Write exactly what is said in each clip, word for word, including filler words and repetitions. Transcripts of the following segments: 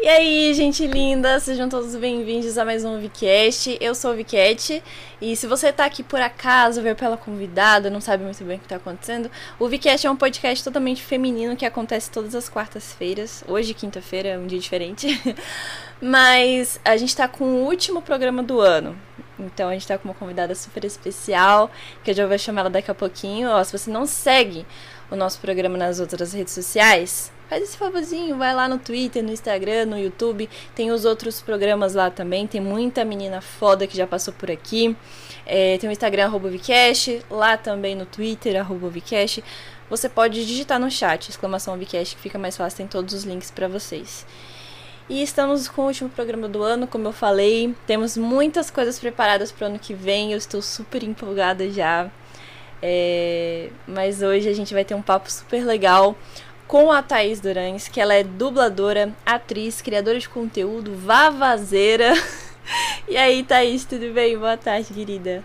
E aí, gente linda, sejam todos bem-vindos a mais um VCast. Eu sou o Vicat e se você tá aqui por acaso, veio pela convidada, não sabe muito bem o que tá acontecendo, o VCast é um podcast totalmente feminino que acontece todas as quartas-feiras. Hoje, quinta-feira, é um dia diferente. Mas a gente tá com o último programa do ano. Então a gente tá com uma convidada super especial, que eu já vou chamar ela daqui a pouquinho. Ó, se você não segue o nosso programa nas outras redes sociais, faz esse favorzinho, vai lá no Twitter, no Instagram, no YouTube. Tem os outros programas lá também. Tem muita menina foda que já passou por aqui. É, tem o Instagram, arroba Vcast. Lá também no Twitter, arroba Vcast. Você pode digitar no chat, exclamação Vcast, que fica mais fácil. Tem todos os links pra vocês. E estamos com o último programa do ano, como eu falei. Temos muitas coisas preparadas para o ano que vem. Eu estou super empolgada já. É... Mas hoje a gente vai ter um papo super legal com a Thaís Durães, que ela é dubladora, atriz, criadora de conteúdo, vavazeira. E aí, Thaís, tudo bem? Boa tarde, querida.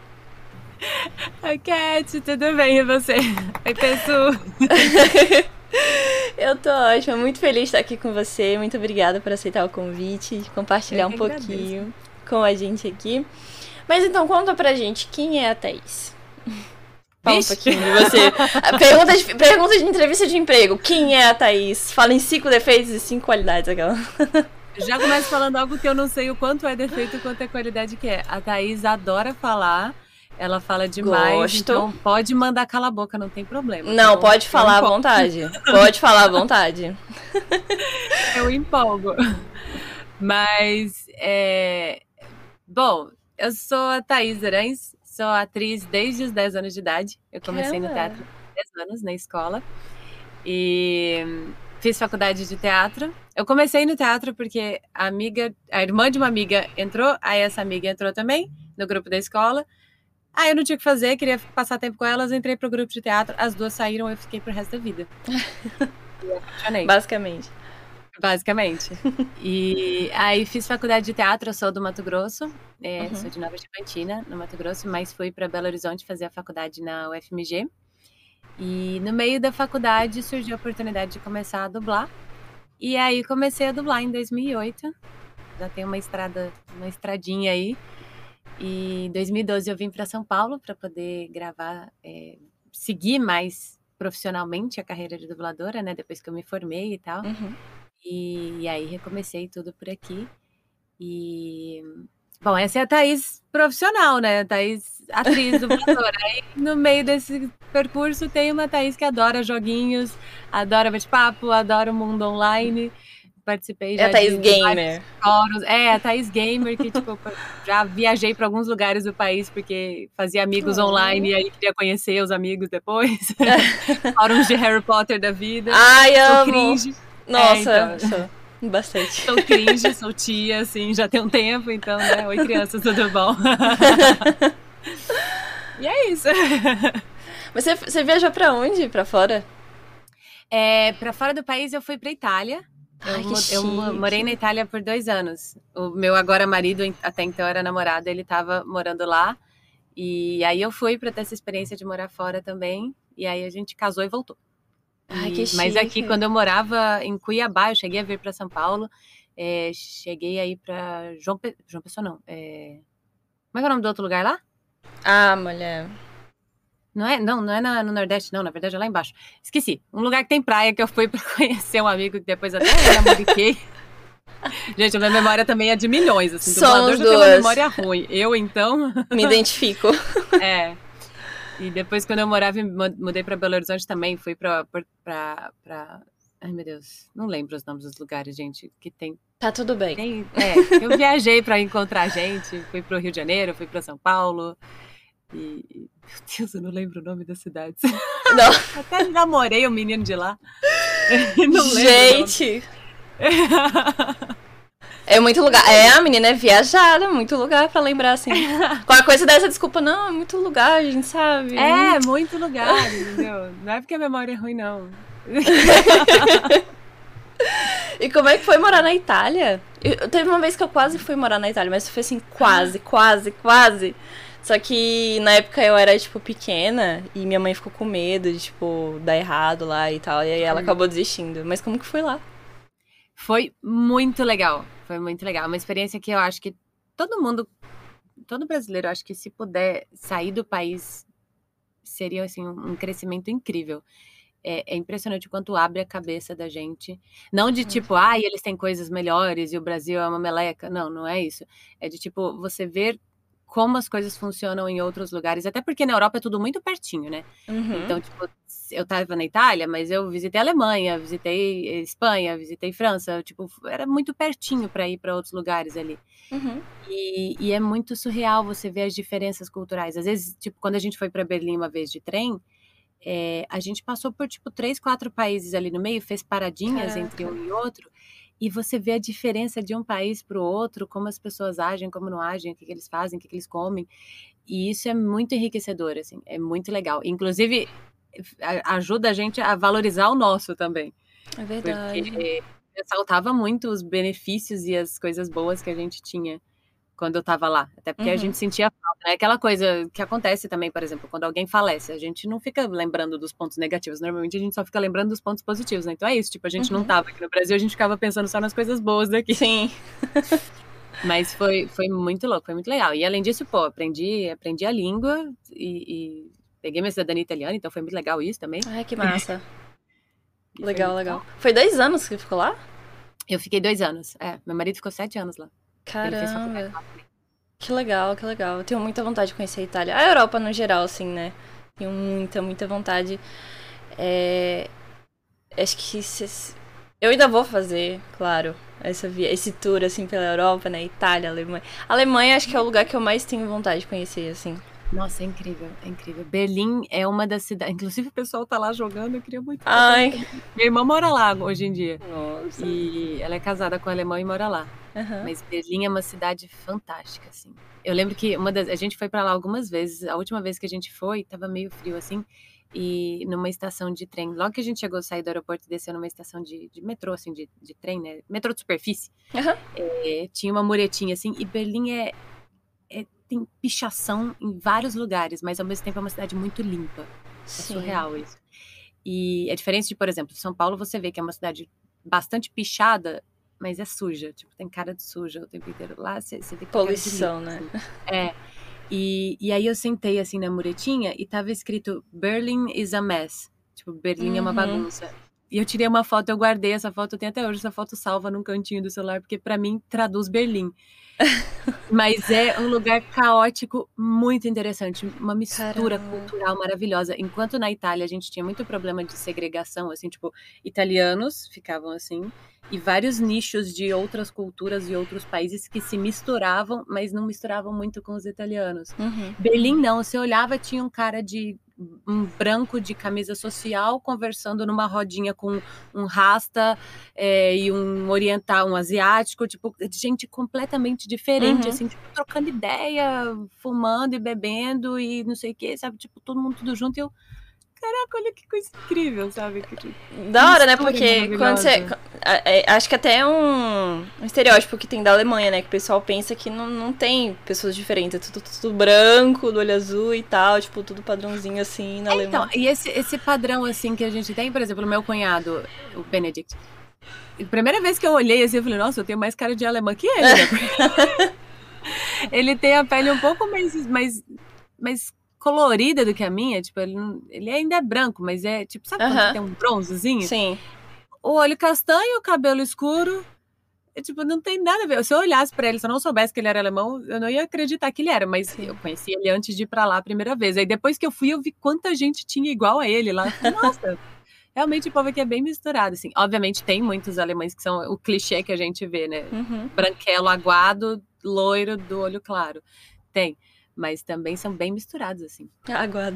Oi, Cat, tudo bem? E você? Oi, Pessu. Eu tô ótima, muito feliz de estar aqui com você. Muito obrigada por aceitar o convite e compartilhar um pouquinho agradeço. Com a gente aqui. Mas então, conta pra gente, quem é a Thaís? Fala um pouquinho de você. Pergunta de, pergunta de entrevista de emprego. Quem é a Thaís? Fala em cinco defeitos e cinco qualidades. Aquela. Já começo falando algo que eu não sei o quanto é defeito e quanto é qualidade que é. A Thaís adora falar. Ela fala demais, Gosto. Então pode mandar calar a boca, não tem problema. Não, então, pode falar à vontade. Pode falar à vontade. Eu empolgo. Mas, é... bom, eu sou a Thaís Durães, sou atriz desde os dez anos de idade. Eu comecei Caramba. no teatro há dez anos, na escola. E fiz faculdade de teatro. Eu comecei no teatro porque a amiga, a irmã de uma amiga entrou, aí essa amiga entrou também no grupo da escola. Ah, eu não tinha o que fazer, queria passar tempo com elas, entrei pro grupo de teatro, as duas saíram, eu fiquei pro resto da vida. Eu apaixonei. Basicamente. Basicamente. E aí fiz faculdade de teatro, eu sou do Mato Grosso, é, uhum. sou de Nova Diamantina, no Mato Grosso, mas fui para Belo Horizonte fazer a faculdade na U F M G. E no meio da faculdade surgiu a oportunidade de começar a dublar. E aí comecei a dublar em dois mil e oito, já tem uma estrada, uma estradinha aí. E em dois mil e doze eu vim para São Paulo para poder gravar, é, seguir mais profissionalmente a carreira de dubladora, né? Depois que eu me formei e tal. Uhum. E, e aí recomecei tudo por aqui. E, bom, essa é a Thaís profissional, né? A Thaís atriz, dubladora. Aí no meio desse percurso tem uma Thaís que adora joguinhos, adora bate-papo, adora o mundo online. Participei já é a Thaís de Gamer. Fóruns. É, a Thaís Gamer, que tipo, já viajei para alguns lugares do país porque fazia amigos oh. online e aí queria conhecer os amigos depois. Fóruns de Harry Potter da vida. Ai, sou amo! Cringe. Nossa, é, então, sou bastante. Sou cringe, sou tia, assim, já tem um tempo, então, né? Oi, crianças, tudo bom? E é isso. Mas você, você viajou pra onde? Pra fora? É, pra fora do país eu fui pra Itália. Ai, eu, que eu morei na Itália por dois anos. O meu agora marido, até então era namorado, ele estava morando lá. E aí eu fui para ter essa experiência de morar fora também. E aí a gente casou e voltou. Ai, e, que chique. Mas aqui, quando eu morava em Cuiabá, eu cheguei a vir para São Paulo. É, cheguei aí para João, Pe... João Pessoa, não. É... Como é que é o nome do outro lugar lá? Ah, mulher... Não é, não, não é na, no Nordeste, não. Na verdade é lá embaixo. Esqueci. Um lugar que tem praia que eu fui pra conhecer um amigo que depois até eu namoriquei. Gente, a minha memória também é de milhões, assim. Somos dublador já tem uma memória ruim. Eu, então... Me identifico. É. E depois, quando eu morava, mudei pra Belo Horizonte também. Fui pra, pra, pra, pra... Ai, meu Deus. Não lembro os nomes dos lugares, gente, que tem... Tá tudo bem. Tem... É, eu viajei pra encontrar gente. Fui pro Rio de Janeiro, fui pra São Paulo... E, meu Deus, eu não lembro o nome das cidades. Não. Até namorei um menino de lá. Não Gente! É muito lugar. É, a menina é viajada, muito lugar pra lembrar, assim. Qualquer coisa dessa desculpa, não, é muito lugar, a gente sabe. É, muito lugar, entendeu? Não é porque a memória é ruim, não. E como é que foi morar na Itália? Eu, teve uma vez que eu quase fui morar na Itália, mas foi assim, quase, quase, quase. Só que na época eu era, tipo, pequena e minha mãe ficou com medo de, tipo, dar errado lá e tal. E aí ela acabou desistindo. Mas como que foi lá? Foi muito legal, foi muito legal. Uma experiência que eu acho que todo mundo, todo brasileiro, acho que se puder sair do país, seria assim, um crescimento incrível. É, é impressionante o quanto abre a cabeça da gente. Não de tipo, ah, eles têm coisas melhores e o Brasil é uma meleca. Não, não é isso. É de tipo, você ver como as coisas funcionam em outros lugares. Até porque na Europa é tudo muito pertinho, né? Uhum. Então, tipo, eu tava na Itália, mas eu visitei a Alemanha, visitei Espanha, visitei França. Tipo, era muito pertinho para ir para outros lugares ali. Uhum. E, e é muito surreal você ver as diferenças culturais. Às vezes, tipo, quando a gente foi para Berlim uma vez de trem, é, a gente passou por, tipo, três, quatro países ali no meio, fez paradinhas Caraca. entre um e outro, e você vê a diferença de um país para o outro, como as pessoas agem, como não agem, o que, que eles fazem, o que, que eles comem. E isso é muito enriquecedor, assim, é muito legal. Inclusive, a- ajuda a gente a valorizar o nosso também. É verdade. Porque ressaltava muito os benefícios e as coisas boas que a gente tinha quando eu tava lá. Até porque a Uhum. gente sentia falta, né? Aquela coisa que acontece também, por exemplo, quando alguém falece, a gente não fica lembrando dos pontos negativos. Normalmente a gente só fica lembrando dos pontos positivos, né? Então é isso, tipo, a gente não Uhum. tava aqui no Brasil, a gente ficava pensando só nas coisas boas daqui. Sim. Mas foi, foi muito louco, foi muito legal. E além disso, pô, aprendi, aprendi a língua e, e peguei minha cidadania italiana, então foi muito legal isso também. Ai, que massa. E foi Legal, muito legal. bom. Foi dois anos que ficou lá? Eu fiquei dois anos. É, meu marido ficou sete anos lá. Ele fez faculdade Caramba. lá também. Que legal, que legal. Eu tenho muita vontade de conhecer a Itália. A Europa no geral, assim, né? Tenho muita, muita vontade. É... Acho que se... eu ainda vou fazer, claro, essa via... esse tour, assim, pela Europa, né? Itália, Alemanha. Alemanha acho que é o lugar que eu mais tenho vontade de conhecer, assim. Nossa, é incrível, é incrível. Berlim é uma das cidades. Inclusive, o pessoal tá lá jogando, eu queria muito. Ai. Minha irmã mora lá hoje em dia. Nossa. E ela é casada com um alemão e mora lá. Uhum. Mas Berlim é uma cidade fantástica, assim. Eu lembro que uma das... a gente foi pra lá algumas vezes. A última vez que a gente foi, tava meio frio, assim. E numa estação de trem, logo que a gente chegou, sair do aeroporto e desceu numa estação de, de metrô, assim, de, de trem, né? Metrô de superfície. Uhum. É, tinha uma muretinha, assim. E Berlim é, é... tem pichação em vários lugares, mas ao mesmo tempo é uma cidade muito limpa. É Sim. surreal isso. E é diferente de, por exemplo, São Paulo, você vê que é uma cidade bastante pichada, mas é suja. Tipo, tem cara de suja o tempo inteiro. Lá você, você vê que Poluição, tem cara de né? limpo, assim. É. E, e aí eu sentei assim na muretinha e tava escrito Berlin is a mess. Tipo, Berlim uhum. é uma bagunça. E eu tirei uma foto, eu guardei essa foto, eu tenho até hoje essa foto salva num cantinho do celular, porque pra mim traduz Berlim. Mas é um lugar caótico muito interessante, uma mistura Caramba. cultural maravilhosa. Enquanto na Itália a gente tinha muito problema de segregação, assim, tipo, italianos ficavam assim, e vários nichos de outras culturas e outros países que se misturavam, mas não misturavam muito com os italianos. Uhum. Berlim não, você olhava, tinha um cara de um branco de camisa social conversando numa rodinha com um rasta é, e um oriental, um asiático, tipo, gente completamente diferente, Uhum. assim, tipo, trocando ideia, fumando e bebendo e não sei o que, sabe, tipo, todo mundo tudo junto e eu, caraca, olha que coisa incrível, sabe? Que, da hora, né? Porque quando você... Acho que até é um, um estereótipo que tem da Alemanha, né? Que o pessoal pensa que não, não tem pessoas diferentes. É tudo, tudo branco, do olho azul e tal. Tipo, tudo padrãozinho assim na é, Alemanha. Então, e esse, esse padrão, assim, que a gente tem, por exemplo, o meu cunhado, o Benedict. A primeira vez que eu olhei assim, eu falei, nossa, eu tenho mais cara de alemã que ele, né? Ele tem a pele um pouco mais... mais, mais colorida do que a minha, tipo, ele, ele ainda é branco, mas é, tipo, sabe quando uh-huh. você tem um bronzezinho? Sim. O olho castanho, o cabelo escuro, é, tipo, não tem nada a ver. Se eu olhasse pra ele, se eu não soubesse que ele era alemão, eu não ia acreditar que ele era, mas Sim. eu conheci ele antes de ir pra lá a primeira vez. Aí depois que eu fui, eu vi quanta gente tinha igual a ele lá. Eu falei, nossa, realmente o povo aqui é bem misturado, assim. Obviamente tem muitos alemães que são o clichê que a gente vê, né? Uhum. Branquelo, aguado, loiro, do olho claro. Tem. Mas também são bem misturados, assim. Aguado.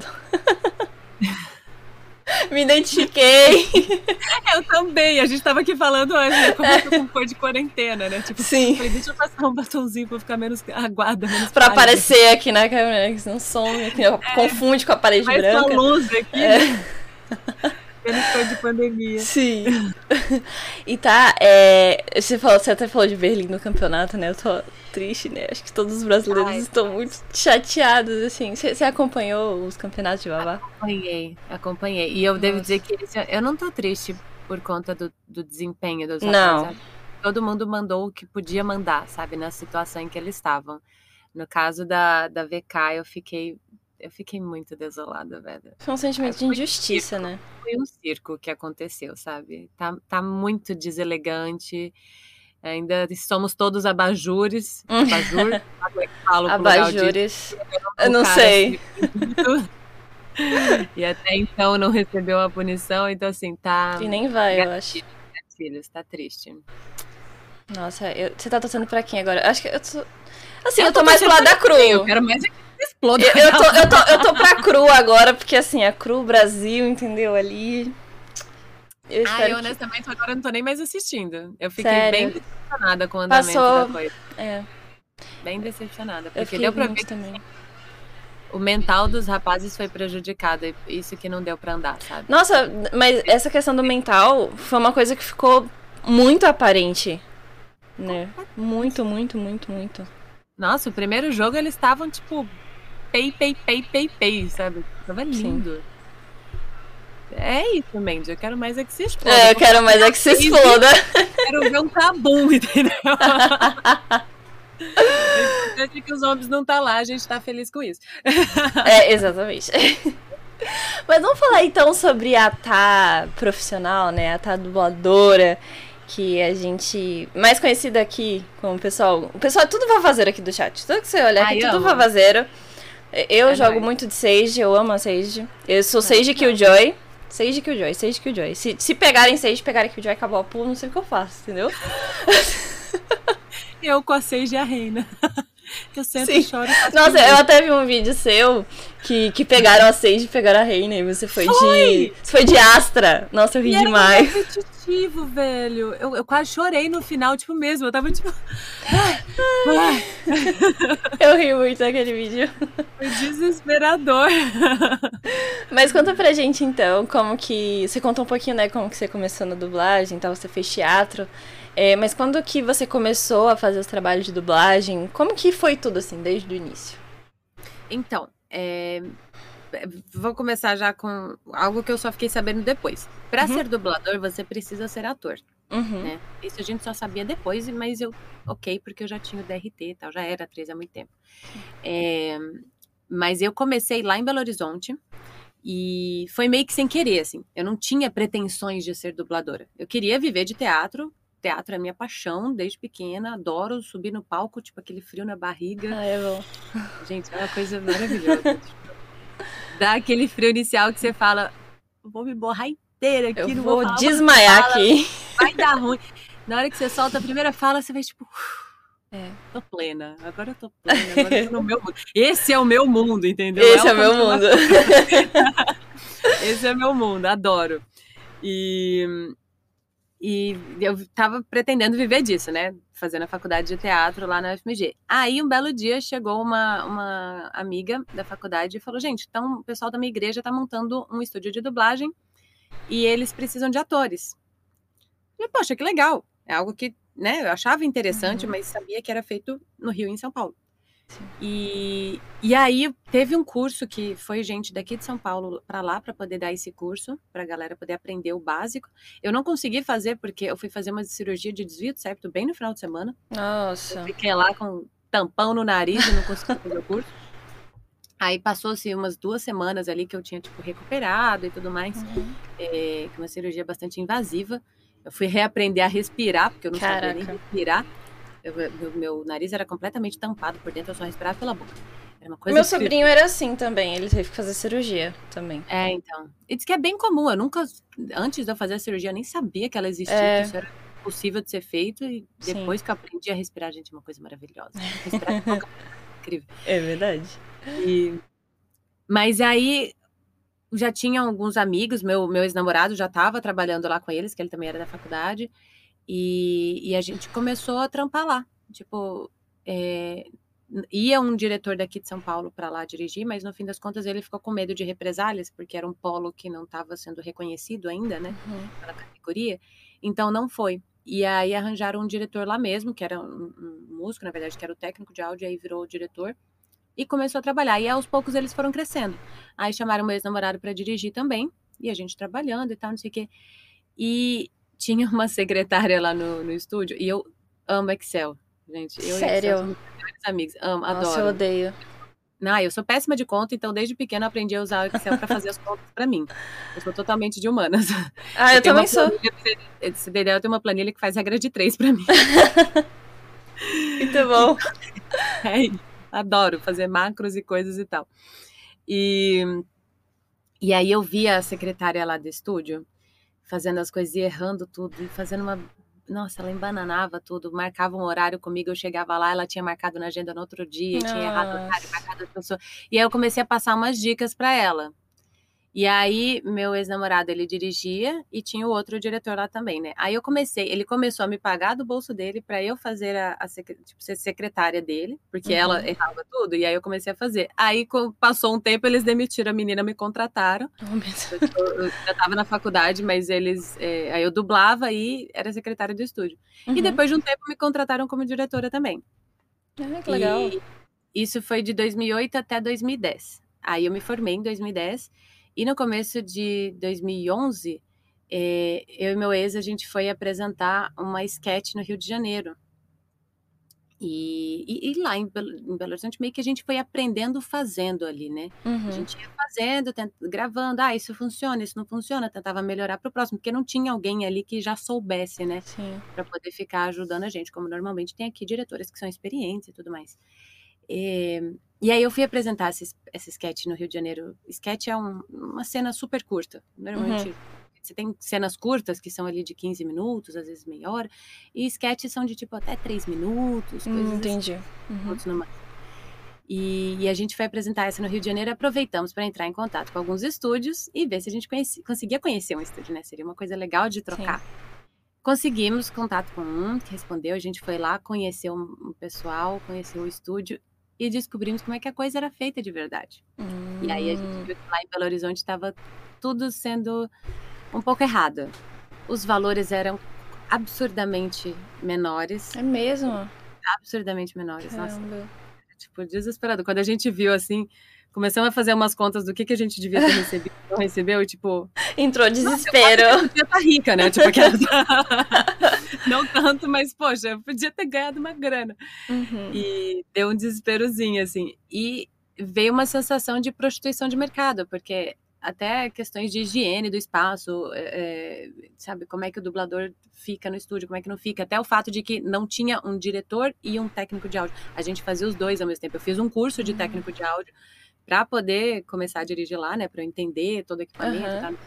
Me identifiquei. Eu também. A gente tava aqui falando antes, né? Como eu tô com cor de quarentena, né? Tipo, Sim. Falei, deixa eu passar um batomzinho pra ficar menos aguada, menos Pra pálida. aparecer aqui na câmera, que não some, aqui, é, confunde com a parede mais branca. Mais luz aqui, é. né? Menos cor de pandemia. Sim. E tá, é, você, falou, você até falou de Berlim no campeonato, né? Eu tô triste, né? Acho que todos os brasileiros Ai, estão muito chateados, assim. Você, você acompanhou os campeonatos de babá? Acompanhei, acompanhei. E eu Nossa. devo dizer que esse, eu não tô triste por conta do, do desempenho dos Não. atletas. todo mundo mandou o que podia mandar, sabe? Na situação em que eles estavam. No caso da, da V K, eu fiquei, eu fiquei muito desolada, velho. Foi um sentimento de Foi um injustiça, circo, né? foi um circo que aconteceu, sabe? Tá, tá muito deselegante. Ainda somos todos abajures. Abajur? Como é que falo pro lugar de- Abajures. Eu o não cara sei. ser bonito. E até então não recebeu a punição, então assim, tá. E nem vai, eu acho. Gatilhos, tá triste. Nossa, eu- você tá torcendo pra quem agora? Acho que eu tô. Assim, eu, Eu tô tô mais pro lado torcendo da Cru. Eu quero mais é que exploda. Eu, eu, tô, eu, tô, eu tô pra Cru agora, porque assim, a Cru Brasil, entendeu? Ali. Eu Ah, espero eu que... honestamente agora não tô nem mais assistindo. Eu fiquei Sério? bem decepcionada com o andamento Passou. da coisa. É, Bem decepcionada. eu Porque fiquei deu pra muito ver que também. o mental dos rapazes foi prejudicado. e Isso que não deu pra andar, sabe? Nossa, mas essa questão do mental foi uma coisa que ficou muito aparente, né? Muito, muito, muito, muito. Nossa, o primeiro jogo eles estavam tipo pei, pei, pei, pei, pei, sabe? Tava lindo. É isso, Mandy. Eu quero mais é que se exploda. É, eu porque quero mais é que se Mandy, exploda. Quero ver um tabum, entendeu? O importante é que os homens não tá lá, a gente tá feliz com isso. É, exatamente. Mas vamos falar então sobre a Tá profissional, né? A Tá dubladora, que a gente. Mais conhecida aqui como o pessoal. O pessoal é tudo vavazeiro aqui do chat. Tudo que você olhar aqui, Ai, tudo amo. vavazeiro. Eu É jogo nóis. muito de Sage, eu amo a Sage. Eu sou Sage Killjoy. Sage Killjoy, Sage Killjoy. Se, se pegarem Sage, pegarem Killjoy, acabou a pool, não sei o que eu faço, entendeu? Eu com a Sage e a Reina. Eu sento Sim. e choro. faço Nossa, tudo. eu até vi um vídeo seu que, que pegaram a Sage e pegaram a Reina e você foi, de. Você foi de Astra. Nossa, eu ri E era demais. muito repetitivo, velho. Eu, eu quase chorei no final, tipo, mesmo. Eu tava tipo. ai, ai. Eu ri muito daquele vídeo. Foi desesperador. Mas conta pra gente então, como que. Você contou um pouquinho, né, como que você começou na dublagem, então você fez teatro. É, mas quando que você começou a fazer os trabalhos de dublagem? Como que foi tudo assim, desde o início? Então, é, vou começar já com algo que eu só fiquei sabendo depois. Pra Uhum. ser dublador, você precisa ser ator, Uhum. né? Isso a gente só sabia depois, mas eu, ok, porque eu já tinha o D R T e tal, já era atriz há muito tempo. É, mas eu comecei lá em Belo Horizonte e foi meio que sem querer, assim. Eu não tinha pretensões de ser dubladora. Eu queria viver de teatro. Teatro é minha paixão desde pequena, adoro subir no palco, tipo aquele frio na barriga. Ah, é bom. Gente, é uma coisa maravilhosa. Tipo, dá aquele frio inicial que você fala, vou me borrar inteira aqui, Eu não vou vou falar uma desmaiar fala, aqui. vai dar ruim. Na hora que você solta a primeira fala, você vai tipo, É. tô plena, agora eu tô plena, agora eu tô no meu mundo. Esse é o meu mundo, entendeu? Esse é o meu Welcome to mundo. my- Esse é o meu mundo, adoro. E, e eu tava pretendendo viver disso, né? Fazendo a faculdade de teatro lá na U F M G. Aí, um belo dia, chegou uma, uma amiga da faculdade e falou, gente, então o pessoal da minha igreja tá montando um estúdio de dublagem e eles precisam de atores. E, poxa, que legal. É algo que, né, eu achava interessante, Uhum. mas sabia que era feito no Rio e em São Paulo. E, e aí teve um curso que foi gente daqui de São Paulo para lá para poder dar esse curso, para a galera poder aprender o básico. Eu não consegui fazer porque eu fui fazer uma cirurgia de desvio de septo bem no final de semana. Nossa. Eu fiquei lá com tampão no nariz e não consegui fazer o curso. Aí passou-se umas duas semanas ali que eu tinha, tipo, recuperado e tudo mais. Uhum. É, que uma cirurgia bastante invasiva. Eu fui reaprender a respirar, porque eu não sabia nem Caraca. respirar. Eu- meu, meu nariz era completamente tampado por dentro, eu só respirava pela boca. Era uma coisa Meu incrível. sobrinho era assim também, ele teve que fazer cirurgia também. É, então. E diz que é bem comum. Eu nunca, antes de eu fazer a cirurgia, eu nem sabia que ela existia, É. que isso era possível de ser feito. E Sim. depois que eu aprendi a respirar, gente, é uma coisa maravilhosa. Respirar com a boca é incrível. É verdade. E- Mas aí já tinha alguns amigos, meu, meu ex-namorado já estava trabalhando lá com eles, que ele também era da faculdade, e, e a gente começou a trampar lá. Tipo, é, ia um diretor daqui de São Paulo para lá dirigir, mas no fim das contas ele ficou com medo de represálias, porque era um polo que não estava sendo reconhecido ainda, né, Uhum. pela categoria, então não foi. E aí arranjaram um diretor lá mesmo, que era um, um músico, na verdade, que era o técnico de áudio, aí virou o diretor, e começou a trabalhar. E aos poucos eles foram crescendo. Aí chamaram meu ex-namorado para dirigir também, e a gente trabalhando e tal, não sei o quê. E tinha uma secretária lá no, no estúdio, e eu amo Excel, gente. Eu Sério? E Excel somos melhores amigos, amo, Nossa, adoro. eu odeio. Não, eu sou péssima de conta, então desde pequena aprendi a usar o Excel para fazer as contas para mim. Eu sou totalmente de humanas. Ah, eu, eu também sou. Esse D D L tem uma planilha que faz regra de três para mim. Muito bom. É, adoro fazer macros e coisas e tal. E, e aí eu via a secretária lá do estúdio fazendo as coisas e errando tudo, e fazendo uma... Nossa, ela embananava tudo, marcava um horário comigo, eu chegava lá, ela tinha marcado na agenda no outro dia, Nossa. tinha errado o horário, marcado a pessoa. E aí eu comecei a passar umas dicas para ela. E aí, meu ex-namorado, ele dirigia e tinha o outro diretor lá também, né? Aí eu comecei, ele começou a me pagar do bolso dele para eu fazer a, a tipo, ser secretária dele, porque uhum. ela errava tudo, e aí eu comecei a fazer. Aí passou um tempo, eles demitiram a menina, me contrataram. Oh, meu Deus. Eu, eu já estava na faculdade, mas eles... É, aí eu dublava e era secretária do estúdio. Uhum. E depois de um tempo me contrataram como diretora também. Ah, que legal. E isso foi de dois mil e oito até dois mil e dez. Aí eu me formei em dois mil e dez. E no começo de dois mil e onze, eh, eu e meu ex, a gente foi apresentar uma sketch no Rio de Janeiro. E, e, e lá em Belo, em Belo Horizonte, meio que a gente foi aprendendo fazendo ali, né? Uhum. A gente ia fazendo, tent, gravando, ah, isso funciona, isso não funciona, tentava melhorar para o próximo, porque não tinha alguém ali que já soubesse, né? Para poder ficar ajudando a gente, como normalmente tem aqui diretores que são experientes e tudo mais. E, e aí eu fui apresentar esse, esse sketch no Rio de Janeiro. Sketch é um, uma cena super curta. Normalmente uhum. você tem cenas curtas que são ali de quinze minutos, às vezes meia hora. E sketches são de tipo até três minutos. Hum, coisas entendi. assim, uhum. e, e a gente foi apresentar essa no Rio de Janeiro. Aproveitamos para entrar em contato com alguns estúdios e ver se a gente conhecia, conseguia conhecer um estúdio, né? Seria uma coisa legal de trocar. Sim. Conseguimos contato com um que respondeu. A gente foi lá, conheceu um pessoal, conheceu o estúdio. E descobrimos como é que a coisa era feita de verdade. Hum. E aí a gente viu que lá em Belo Horizonte estava tudo sendo um pouco errado. Os valores eram absurdamente menores. É mesmo? Absurdamente menores. Caramba. Nossa, tipo, desesperado. Quando a gente viu, assim, começamos a fazer umas contas do que, que a gente devia ter recebido, não recebeu, e tipo... Entrou desespero. Nossa, eu podia estar rica, né? Tipo, aquela... Não tanto, mas, poxa, eu podia ter ganhado uma grana. Uhum. E deu um desesperozinho, assim. E veio uma sensação de prostituição de mercado, porque até questões de higiene do espaço, é, sabe, como é que o dublador fica no estúdio, como é que não fica. Até o fato de que não tinha um diretor e um técnico de áudio. A gente fazia os dois ao mesmo tempo. Eu fiz um curso de técnico de áudio para poder começar a dirigir lá, né, para eu entender todo o equipamento e uhum. tal.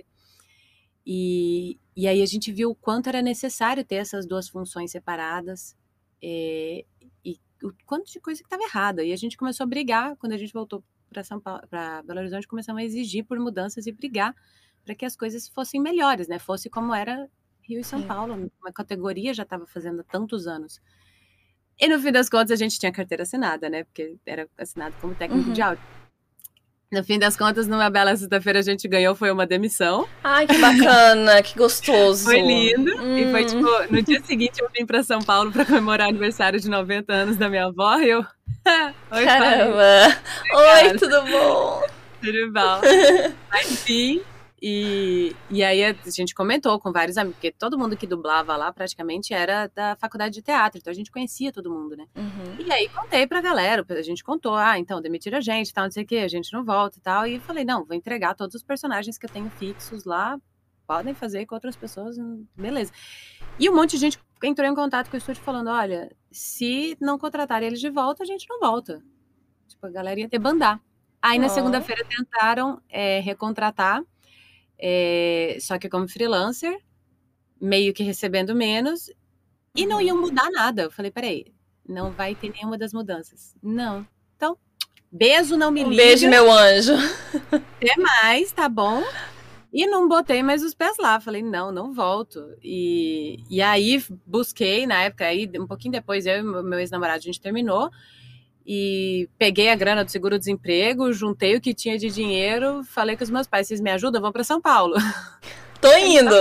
E, e aí a gente viu o quanto era necessário ter essas duas funções separadas é, e o quanto de coisa que estava errada. E a gente começou a brigar, quando a gente voltou para São Paulo, para Belo Horizonte, começamos a exigir por mudanças e brigar para que as coisas fossem melhores, né? Fosse como era Rio e São Sim. Paulo, uma categoria já estava fazendo há tantos anos. E no fim das contas a gente tinha carteira assinada, né? Porque era assinado como técnico uhum. de áudio. No fim das contas, numa bela sexta-feira, a gente ganhou, foi uma demissão. Ai, que bacana, que gostoso. Foi lindo. Hum. E foi, tipo, no dia seguinte eu vim pra São Paulo pra comemorar o aniversário de noventa anos da minha avó. E eu... Oi, caramba. Oi, tudo bom? Tudo bom. Mas, enfim... E, e aí a gente comentou com vários amigos, porque todo mundo que dublava lá praticamente era da faculdade de teatro, então a gente conhecia todo mundo, né? Uhum. E aí contei pra galera, a gente contou, ah, então demitiram a gente, tal, não sei o que, a gente não volta e tal. E falei, não, vou entregar todos os personagens que eu tenho fixos lá, podem fazer com outras pessoas, beleza. E um monte de gente entrou em contato com o estúdio falando, olha, se não contratarem eles de volta, a gente não volta. Tipo, a galera ia ter bandar. Aí oh. na segunda-feira tentaram é, recontratar, É, só que como freelancer, meio que recebendo menos, e não iam mudar nada. Eu falei, peraí, não vai ter nenhuma das mudanças. Não. Então, beijo, não me um liga. Beijo, meu anjo. Até mais, tá bom? E não botei mais os pés lá. Falei, não, não volto. E, e aí, busquei, na época, aí, um pouquinho depois, eu e meu ex-namorado, a gente terminou. E peguei a grana do seguro-desemprego, juntei o que tinha de dinheiro, falei com os meus pais, vocês me ajudam? Eu vou para São Paulo. Tô indo!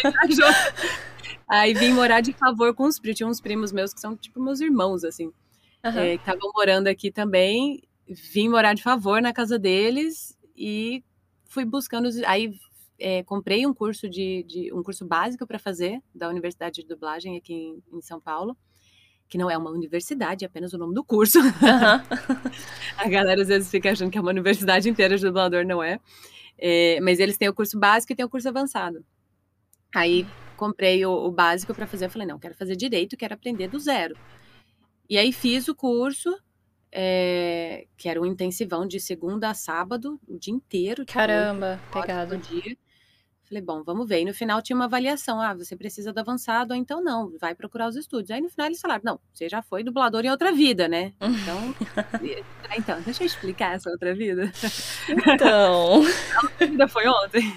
Aí vim morar de favor com os primos, tinha uns primos meus que são tipo meus irmãos, assim, uhum. é, que estavam morando aqui também, vim morar de favor na casa deles e fui buscando, aí é, comprei um curso de, de um curso básico para fazer da Universidade de Dublagem aqui em, em São Paulo, que não é uma universidade, é apenas o nome do curso. Uhum. A galera às vezes fica achando que é uma universidade inteira de dublador, não é. é mas eles têm o curso básico e tem o curso avançado. Aí comprei o, o básico para fazer, eu falei, não, quero fazer direito, quero aprender do zero. E aí fiz o curso, é, que era um intensivão de segunda a sábado, o dia inteiro. Caramba, tipo, pegado. Dia. Falei, bom, vamos ver. E no final tinha uma avaliação. Ah, você precisa do avançado, ou então não, vai procurar os estúdios. Aí no final eles falaram, não, você já foi dublador em outra vida, né? Então, então deixa eu explicar essa outra vida. Então... A outra vida foi ontem.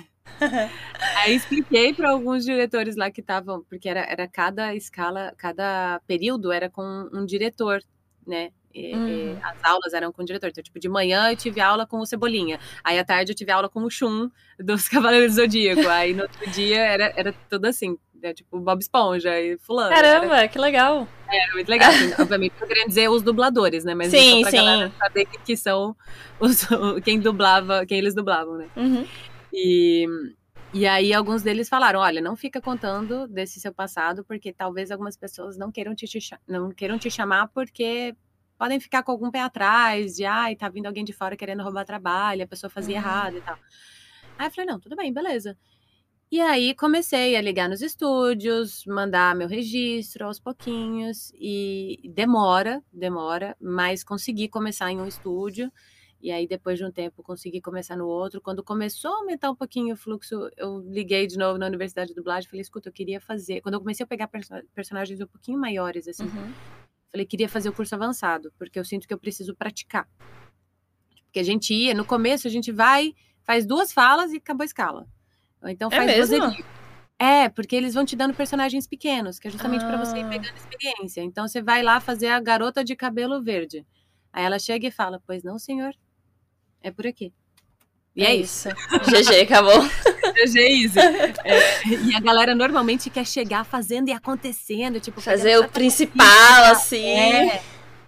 Aí expliquei para alguns diretores lá que estavam, porque era, era cada escala, cada período era com um diretor, né? E, uhum. e, as aulas eram com o diretor. Então, tipo, de manhã eu tive aula com o Cebolinha. Aí à tarde eu tive aula com o Shun dos Cavaleiros do Zodíaco. Aí no outro dia era, era tudo assim, né? Tipo Bob Esponja e fulano. Caramba, era... que legal. Era muito legal. Assim, obviamente eu queria dizer os dubladores, né? Mas sim, só pra sim. galera saber que, que são os, quem dublava, quem eles dublavam, né? Uhum. E, e aí alguns deles falaram, olha, não fica contando desse seu passado, porque talvez algumas pessoas não queiram te, te, não queiram te chamar porque podem ficar com algum pé atrás, de, ai, tá vindo alguém de fora querendo roubar trabalho, a pessoa fazia uhum. errado e tal. Aí eu falei, não, tudo bem, beleza. E aí comecei a ligar nos estúdios, mandar meu registro aos pouquinhos, e demora, demora, mas consegui começar em um estúdio. E aí, depois de um tempo, consegui começar no outro. Quando começou a aumentar um pouquinho o fluxo, eu liguei de novo na Universidade de Dublagem. Falei, escuta, eu queria fazer... Quando eu comecei a pegar perso- personagens um pouquinho maiores, assim, uhum. falei, queria fazer o curso avançado, porque eu sinto que eu preciso praticar. Porque a gente ia, no começo, a gente vai, faz duas falas e acabou a escala. Ou então faz é mesmo? duas... É, porque eles vão te dando personagens pequenos, que é justamente ah. para você ir pegando experiência. Então, você vai lá fazer a garota de cabelo verde. Aí ela chega e fala, pois não, senhor. É por aqui. E é, é isso. isso. G G, acabou. G G easy. É, e a galera normalmente quer chegar fazendo e acontecendo. Tipo, fazer o principal, assim. É.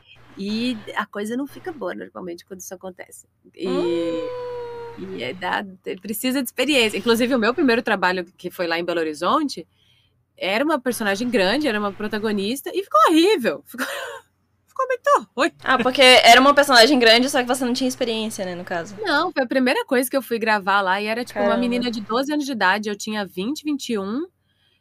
E a coisa não fica boa, normalmente, quando isso acontece. E, hum. e é dá, precisa de experiência. Inclusive, o meu primeiro trabalho, que foi lá em Belo Horizonte, era uma personagem grande, era uma protagonista, e ficou horrível. Ficou... Comentou. Oi. Ah, porque era uma personagem grande, só que você não tinha experiência, né, no caso. Não, foi a primeira coisa que eu fui gravar lá, e era tipo Caramba. uma menina de doze anos de idade, eu tinha vinte, vinte e um,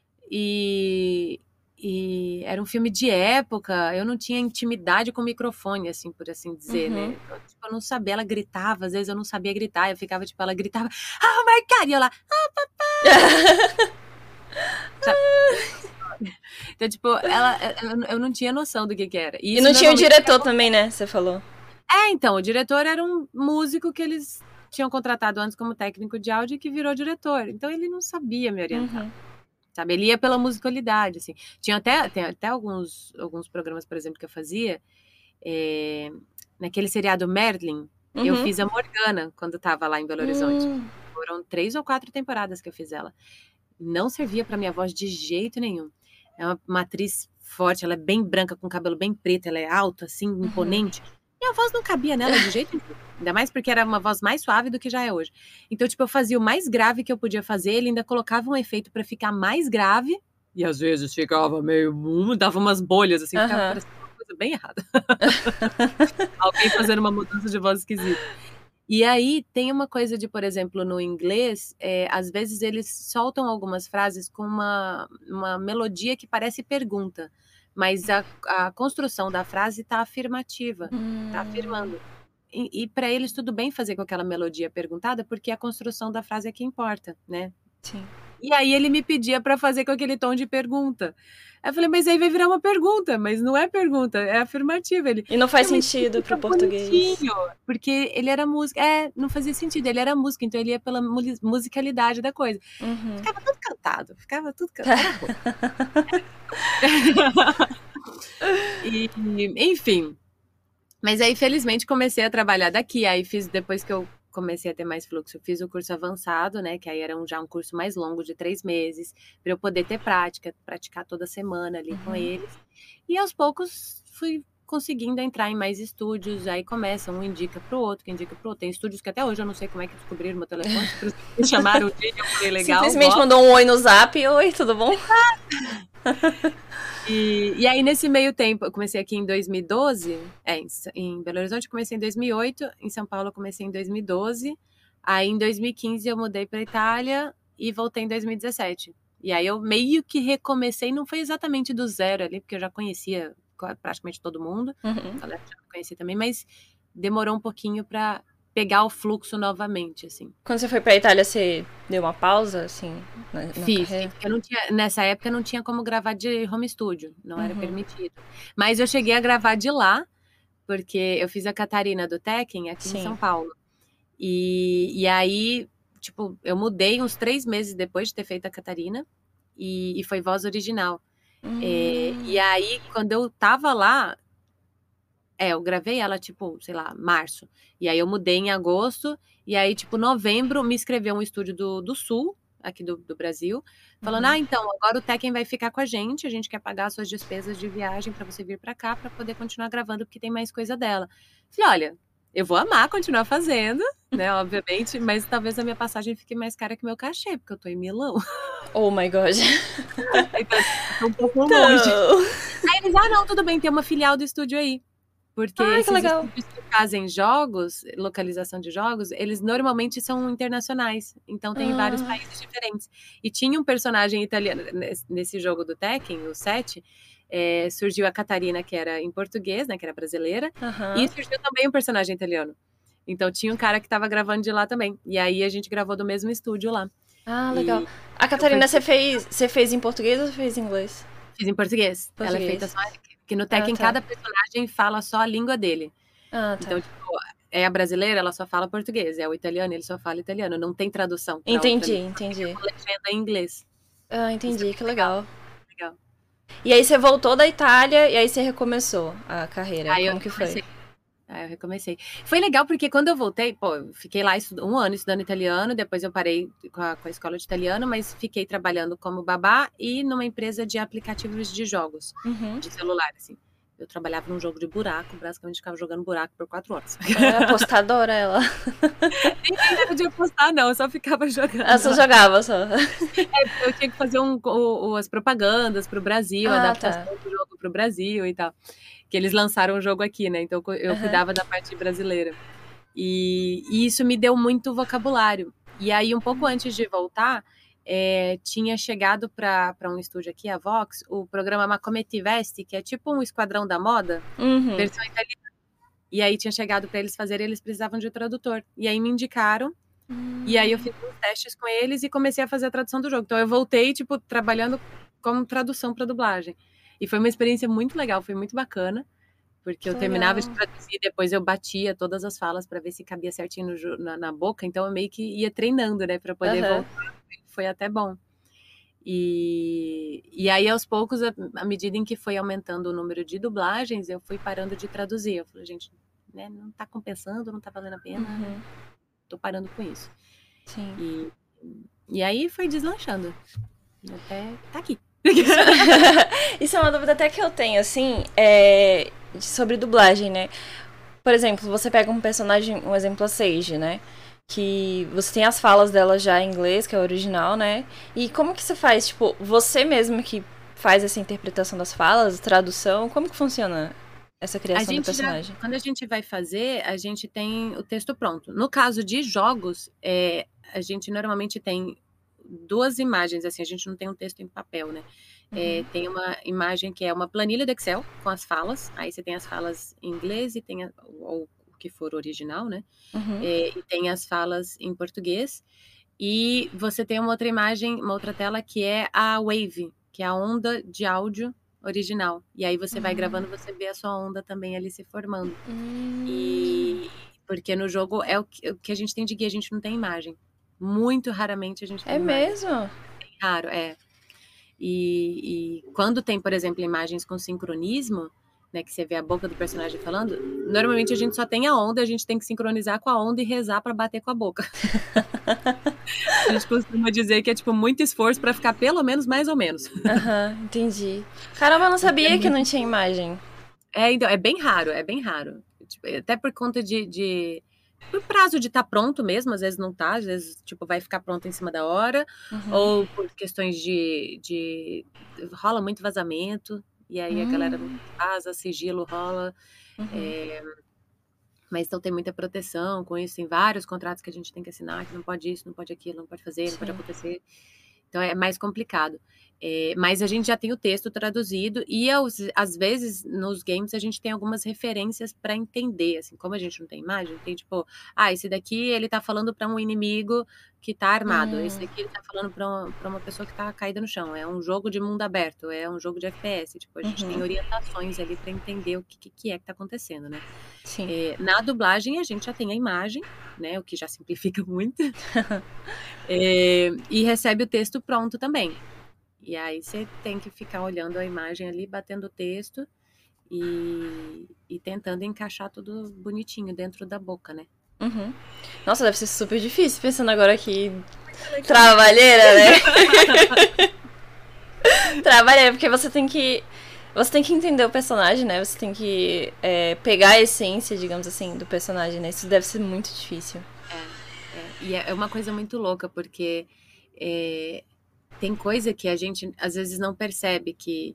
e, e era um filme de época, eu não tinha intimidade com o microfone, assim, por assim dizer, uhum. né? Eu, tipo, eu não sabia, ela gritava, às vezes eu não sabia gritar, eu ficava, tipo, ela gritava, ah, Marcari, e eu lá, ah, papai! Então, tipo, ela, eu não tinha noção do que que era. E, e não tinha o diretor também, né? Você falou. É, então, o diretor era um músico que eles tinham contratado antes como técnico de áudio e que virou diretor. Então, ele não sabia me orientar. Uhum. Sabe? Ele ia pela musicalidade, assim. Tinha até, tem até alguns, alguns programas, por exemplo, que eu fazia. É, naquele seriado Merlin, uhum. eu fiz a Morgana quando estava lá em Belo Horizonte. Uhum. Foram três ou quatro temporadas que eu fiz ela. Não servia para minha voz de jeito nenhum. É uma, uma atriz forte, ela é bem branca, com cabelo bem preto, ela é alta, assim, imponente. Uhum. E a voz não cabia nela de jeito nenhum. Ainda mais porque era uma voz mais suave do que já é hoje. Então, tipo, eu fazia o mais grave que eu podia fazer, ele ainda colocava um efeito para ficar mais grave. E às vezes ficava meio... dava umas bolhas, assim, uhum. ficava parecendo uma coisa bem errada. Alguém fazendo uma mudança de voz esquisita. E aí, tem uma coisa de, por exemplo, no inglês, é, às vezes eles soltam algumas frases com uma, uma melodia que parece pergunta, mas a, a construção da frase está afirmativa, hum. tá afirmando. E, e para eles tudo bem fazer com aquela melodia perguntada, porque a construção da frase é que importa, né? Sim. E aí ele me pedia para fazer com aquele tom de pergunta. Eu falei, mas aí vai virar uma pergunta, mas não é pergunta, é afirmativa. Ele, e não faz não, sentido pro português. Porque ele era música, é, não fazia sentido, ele era música, então ele ia pela musicalidade da coisa. Uhum. Ficava tudo cantado, ficava tudo cantado. e, enfim, mas aí felizmente comecei a trabalhar daqui, aí fiz, depois que eu comecei a ter mais fluxo, eu fiz o curso avançado, né, que aí era um, já um curso mais longo, de três meses, para eu poder ter prática, praticar toda semana ali uhum. com eles, e aos poucos fui conseguindo entrar em mais estúdios, aí começa, um indica pro outro, que indica pro outro. Tem estúdios que até hoje eu não sei como é que descobriram meu telefone, me chamaram o dia e eu falei, legal. Simplesmente volta. mandou um oi no zap, oi, tudo bom? E, e aí, nesse meio tempo, eu comecei aqui em dois mil e doze, é, em, em Belo Horizonte eu comecei em dois mil e oito, em São Paulo eu comecei em dois mil e doze, aí em dois mil e quinze eu mudei para Itália e voltei em dois mil e dezessete. E aí eu meio que recomecei, não foi exatamente do zero ali, porque eu já conhecia praticamente todo mundo, Uhum. a galera já conhecia também, mas demorou um pouquinho para pegar o fluxo novamente, assim. Quando você foi pra Itália, você deu uma pausa, assim, na, na Fiz, carreira? eu não tinha, nessa época não tinha como gravar de home studio, não era Uhum. permitido. Mas eu cheguei a gravar de lá, porque eu fiz a Catarina do Tekken aqui Sim. em São Paulo. E, e aí, tipo, eu mudei uns três meses depois de ter feito a Catarina, e, e foi voz original. Hum. É, e aí, quando eu tava lá, é, eu gravei ela, tipo, sei lá, março. E aí eu mudei em agosto, e aí, tipo, novembro, me inscreveu um estúdio do, do Sul, aqui do, do Brasil, falando, Uhum. ah, então, agora o Tekken vai ficar com a gente, a gente quer pagar suas despesas de viagem pra você vir pra cá, pra poder continuar gravando, porque tem mais coisa dela. Falei, olha, eu vou amar continuar fazendo, né, obviamente, mas talvez a minha passagem fique mais cara que meu cachê, porque eu tô em Milão. Oh my God. Então, tô um pouco Então... longe. Aí eles, ah, não, tudo bem, tem uma filial do estúdio aí. Porque Ai, que esses legal. estúdios que fazem jogos, localização de jogos, eles normalmente são internacionais. Então tem Ah. vários países diferentes. E tinha um personagem italiano nesse jogo do Tekken, o sete, é, surgiu a Catarina, que era em português, né, que era brasileira, Uhum. e surgiu também um personagem italiano. Então tinha um cara que estava gravando de lá também. E aí a gente gravou do mesmo estúdio lá. Ah, legal. E a Catarina, fui... você fez, você fez em português ou você fez em inglês? Fiz em português. português. Ela é feita só... Porque no Tekken, ah, tá. Cada personagem fala só a língua dele. Ah, tá. Então, tipo, é a brasileira, ela só fala português. É o italiano, ele só fala italiano. Não tem tradução. Entendi, entendi. Tem uma legenda em inglês. Ah, entendi, é que legal. legal. E aí você voltou da Itália e aí você recomeçou a carreira. Aí Como eu que recomecei. foi? Aí eu recomecei. Foi legal porque quando eu voltei, pô, eu fiquei lá um ano estudando italiano, depois eu parei com a, com a escola de italiano, mas fiquei trabalhando como babá e numa empresa de aplicativos de jogos, uhum. de celular, assim. Eu trabalhava num jogo de buraco, basicamente ficava jogando buraco por quatro horas. Era apostadora, ela. Nem era de apostar, não, eu só ficava jogando. Ela só jogava, só. É, eu tinha que fazer um, o, as propagandas pro Brasil, ah, a adaptação tá. do jogo pro Brasil e tal. Que eles lançaram o jogo aqui, né? Então eu uhum. cuidava da parte brasileira. E, e isso me deu muito vocabulário. E aí, um pouco antes de voltar, é, tinha chegado para um estúdio aqui, a Vox, o programa Macometti Vesti, que é tipo um Esquadrão da Moda, uhum. versão italiana. E aí tinha chegado para eles fazerem, eles precisavam de tradutor. E aí me indicaram. Uhum. E aí eu fiz uns testes com eles e comecei a fazer a tradução do jogo. Então eu voltei, tipo, trabalhando como tradução para dublagem. E foi uma experiência muito legal, foi muito bacana. Porque eu que terminava legal. de traduzir, depois eu batia todas as falas para ver se cabia certinho no, na, na boca. Então eu meio que ia treinando, né, para poder uhum. voltar. Foi até bom. E, e aí, aos poucos, à medida em que foi aumentando o número de dublagens, eu fui parando de traduzir. Eu falei, gente, né, não tá compensando, não tá valendo a pena. Uhum. Tô parando com isso. Sim. E, e aí foi deslanchando. Até tá aqui. Isso, isso é uma dúvida até que eu tenho, assim, é, sobre dublagem, né? Por exemplo, você pega um personagem, um exemplo a Sage, né? Que você tem as falas dela já em inglês, que é o original, né? E como que você faz, tipo, você mesmo que faz essa interpretação das falas, tradução, como que funciona essa criação do personagem? Já, quando a gente vai fazer, a gente tem o texto pronto. No caso de jogos, é, a gente normalmente tem duas imagens, assim, a gente não tem um texto em papel, né? Uhum. É, tem uma imagem que é uma planilha do Excel com as falas, aí você tem as falas em inglês e tem a, ou o que for original, né? Uhum. É, e tem as falas em português, e você tem uma outra imagem, uma outra tela que é a Wave, que é a onda de áudio original, e aí você uhum. vai gravando, você vê a sua onda também ali se formando. Uhum. E porque no jogo é o que, o que a gente tem de guia, a gente não tem imagem. Muito raramente a gente tem É imagem. mesmo? É raro, é. E, e quando tem, por exemplo, imagens com sincronismo, né, que você vê a boca do personagem falando, normalmente a gente só tem a onda, a gente tem que sincronizar com a onda e rezar pra bater com a boca. A gente costuma dizer que é, tipo, muito esforço pra ficar pelo menos mais ou menos. Aham, uhum, entendi. Caramba, eu não sabia é que não tinha imagem. É, então, é bem raro, é bem raro. Tipo, até por conta de... de... Por prazo de estar tá pronto mesmo, às vezes não tá, às vezes tipo, vai ficar pronto em cima da hora, uhum. ou por questões de, de... rola muito vazamento, e aí hum. a galera não vaza, sigilo rola. Uhum. É... Mas então tem muita proteção com isso, tem vários contratos que a gente tem que assinar, que não pode isso, não pode aquilo, não pode fazer, Sim. não pode acontecer. Então é mais complicado. É, mas a gente já tem o texto traduzido e aos, às vezes nos games a gente tem algumas referências para entender, assim, como a gente não tem imagem, tem tipo, ah, esse daqui ele tá falando para um inimigo que tá armado, hum. esse daqui ele tá falando para uma, uma pessoa que tá caída no chão, é um jogo de mundo aberto, é um jogo de F P S, tipo, a gente uhum. tem orientações ali para entender o que, que é que tá acontecendo, né? Sim. É, na dublagem a gente já tem a imagem, né, o que já simplifica muito, é, e recebe o texto pronto também. E aí você tem que ficar olhando a imagem ali, batendo o texto e, e tentando encaixar tudo bonitinho dentro da boca, né? Uhum. Nossa, deve ser super difícil, pensando agora aqui, trabalheira, né? Trabalheira, porque você tem que... Você tem que entender o personagem, né? Você tem que é, pegar a essência, digamos assim, do personagem, né? Isso deve ser muito difícil. É, é. E é uma coisa muito louca, porque... É... Tem coisa que a gente, às vezes, não percebe que...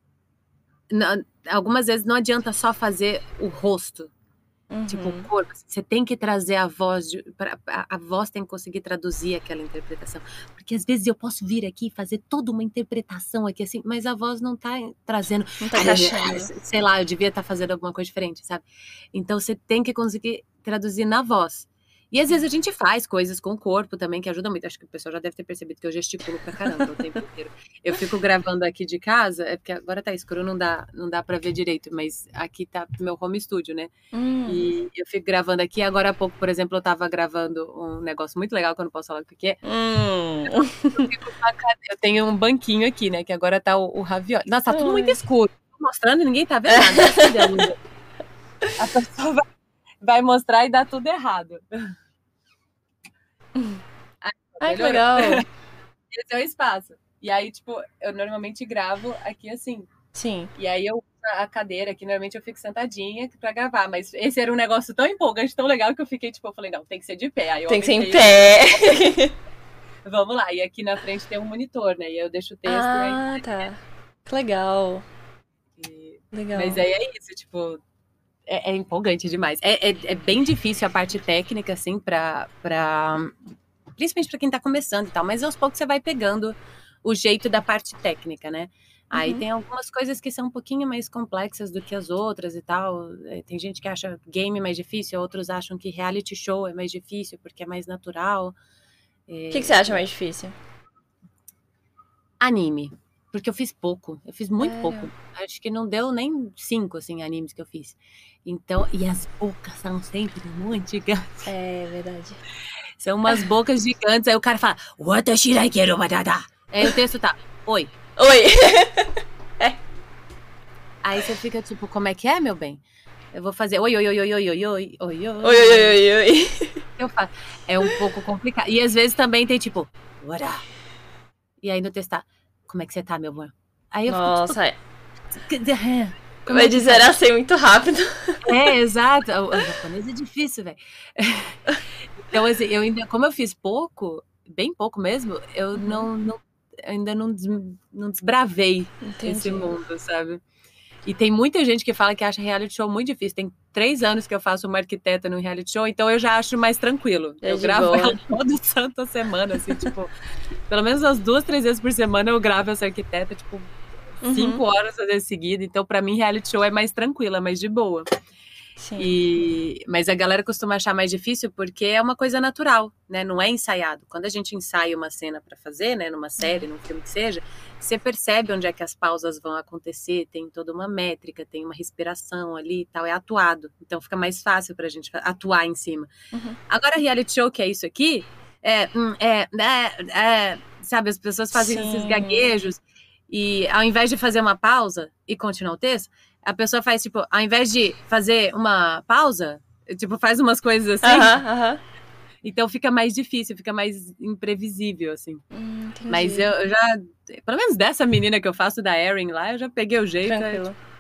Não, algumas vezes não adianta só fazer o rosto. Uhum. Tipo, o corpo. Você tem que trazer a voz. De, pra, a, a voz tem que conseguir traduzir aquela interpretação. Porque, às vezes, eu posso vir aqui e fazer toda uma interpretação aqui, assim, mas a voz não tá trazendo... Não tá encaixando. Sei lá, eu devia estar fazendo alguma coisa diferente, sabe? Então, você tem que conseguir traduzir na voz. E às vezes a gente faz coisas com o corpo também, que ajuda muito. Acho que o pessoal já deve ter percebido que eu gesticulo pra caramba o tempo inteiro. Eu fico gravando aqui de casa, é porque agora tá escuro, não dá, não dá pra ver direito, mas aqui tá meu home studio, né? Hum. E eu fico gravando aqui. Agora há pouco, por exemplo, eu tava gravando um negócio muito legal, que eu não posso falar o que é. Hum. Eu, fico, eu tenho um banquinho aqui, né? Que agora tá o, o ravioli. Nossa, tá tudo Ai. muito escuro. Tô mostrando e ninguém tá vendo nada. A pessoa vai... vai mostrar e dá tudo errado. Ai, Ai que legal. Esse é o espaço. E aí, tipo, eu normalmente gravo aqui assim. Sim. E aí eu uso a cadeira aqui, normalmente eu fico sentadinha pra gravar. Mas esse era um negócio tão empolgante, tão legal, que eu fiquei, tipo, eu falei, não, tem que ser de pé. Aí eu tem que ser em pé. Vamos lá. E aqui na frente tem um monitor, né? E aí eu deixo o texto. Ah, aí... tá. Que legal. E... Legal. Mas aí é isso, tipo... É, é empolgante demais. É, é, é bem difícil a parte técnica, assim, pra, pra... principalmente pra quem tá começando e tal. Mas aos poucos você vai pegando o jeito da parte técnica, né? Aí uhum. tem algumas coisas que são um pouquinho mais complexas do que as outras e tal. Tem gente que acha game mais difícil, outros acham que reality show é mais difícil porque é mais natural. O é... que, que você acha mais difícil? Anime. Porque eu fiz pouco, eu fiz muito é. pouco. Acho que não deu nem cinco, assim, animes que eu fiz. Então, e as bocas são sempre muito gigantes. É verdade. São umas bocas gigantes, aí o cara fala, Watashi dai quero batata. Aí o texto tá, oi. Oi. É. Aí você fica tipo, como é que é, meu bem? Eu vou fazer oi, oi, oi, oi, oi, oi, oi, oi, oi, oi, oi, oi, oi. Eu faço. É um pouco complicado. E às vezes também tem tipo, Wara. E aí no texto tá, como é que você tá, meu amor? Aí eu Nossa, fico, tipo... é. Vai é dizer assim muito rápido. É, exato. O, o japonês é difícil, velho. Então, assim, eu ainda, como eu fiz pouco, bem pouco mesmo, eu uhum. não, não, ainda não, des, não desbravei Entendi. Esse mundo, sabe? E tem muita gente que fala que acha reality show muito difícil. Tem três anos que eu faço uma arquiteta no reality show, então eu já acho mais tranquilo. É eu gravo boa. Ela toda santa semana, assim, tipo... Pelo menos umas duas, três vezes por semana eu gravo essa arquiteta, tipo, uhum. cinco horas às vezes seguida. Então, pra mim, reality show é mais tranquila, é mais de boa. Sim. E... Mas a galera costuma achar mais difícil porque é uma coisa natural, né? Não é ensaiado. Quando a gente ensaia uma cena pra fazer, né? Numa série, uhum. num filme que seja, você percebe onde é que as pausas vão acontecer, tem toda uma métrica, tem uma respiração ali e tal, é atuado. Então fica mais fácil pra gente atuar em cima. Uhum. Agora, reality show, que é isso aqui, é, é, é, é sabe, as pessoas fazem Sim. esses gaguejos e ao invés de fazer uma pausa e continuar o texto, a pessoa faz, tipo, ao invés de fazer uma pausa, tipo, faz umas coisas assim. Aham, uh-huh, aham. Uh-huh. Então fica mais difícil, fica mais imprevisível, assim. Hum, Mas eu, eu já... Pelo menos dessa menina que eu faço, da Erin lá, eu já peguei o jeito. Tranquilo.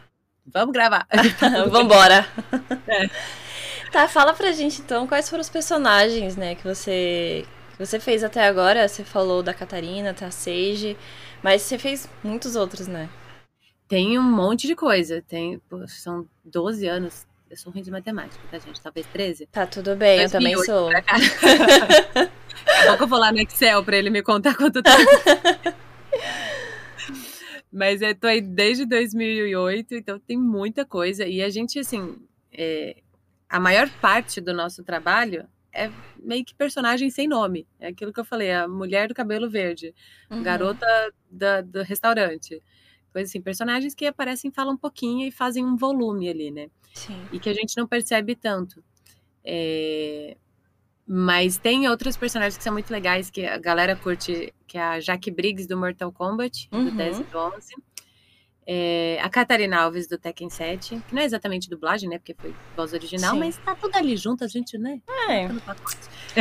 vamos gravar. Vambora. É. Tá, fala pra gente então quais foram os personagens, né, que você, que você fez até agora. Você falou da Catarina, da Sage, mas você fez muitos outros, né? Tem um monte de coisa. Tem, pô, são doze anos. Eu sou ruim de matemática, tá, gente? Talvez treze. Tá, tudo bem, eu também sou. Daqui a pouco eu vou lá no Excel pra ele me contar quanto tempo. Mas eu tô aí desde dois mil e oito, então tem muita coisa. E a gente, assim, é, a maior parte do nosso trabalho é meio que personagem sem nome. É aquilo que eu falei, a mulher do cabelo verde, Uhum. garota da, do restaurante. Coisa assim, personagens que aparecem, falam um pouquinho e fazem um volume ali, né? Sim. E que a gente não percebe tanto. É... Mas tem outros personagens que são muito legais, que a galera curte, que é a Jaque Briggs do Mortal Kombat, Uhum. do dez e do onze. É... A Catarina Alves do Tekken sete, que não é exatamente dublagem, né? Porque foi voz original, Sim. mas tá tudo ali junto, a gente, né? É. Tá no pacote.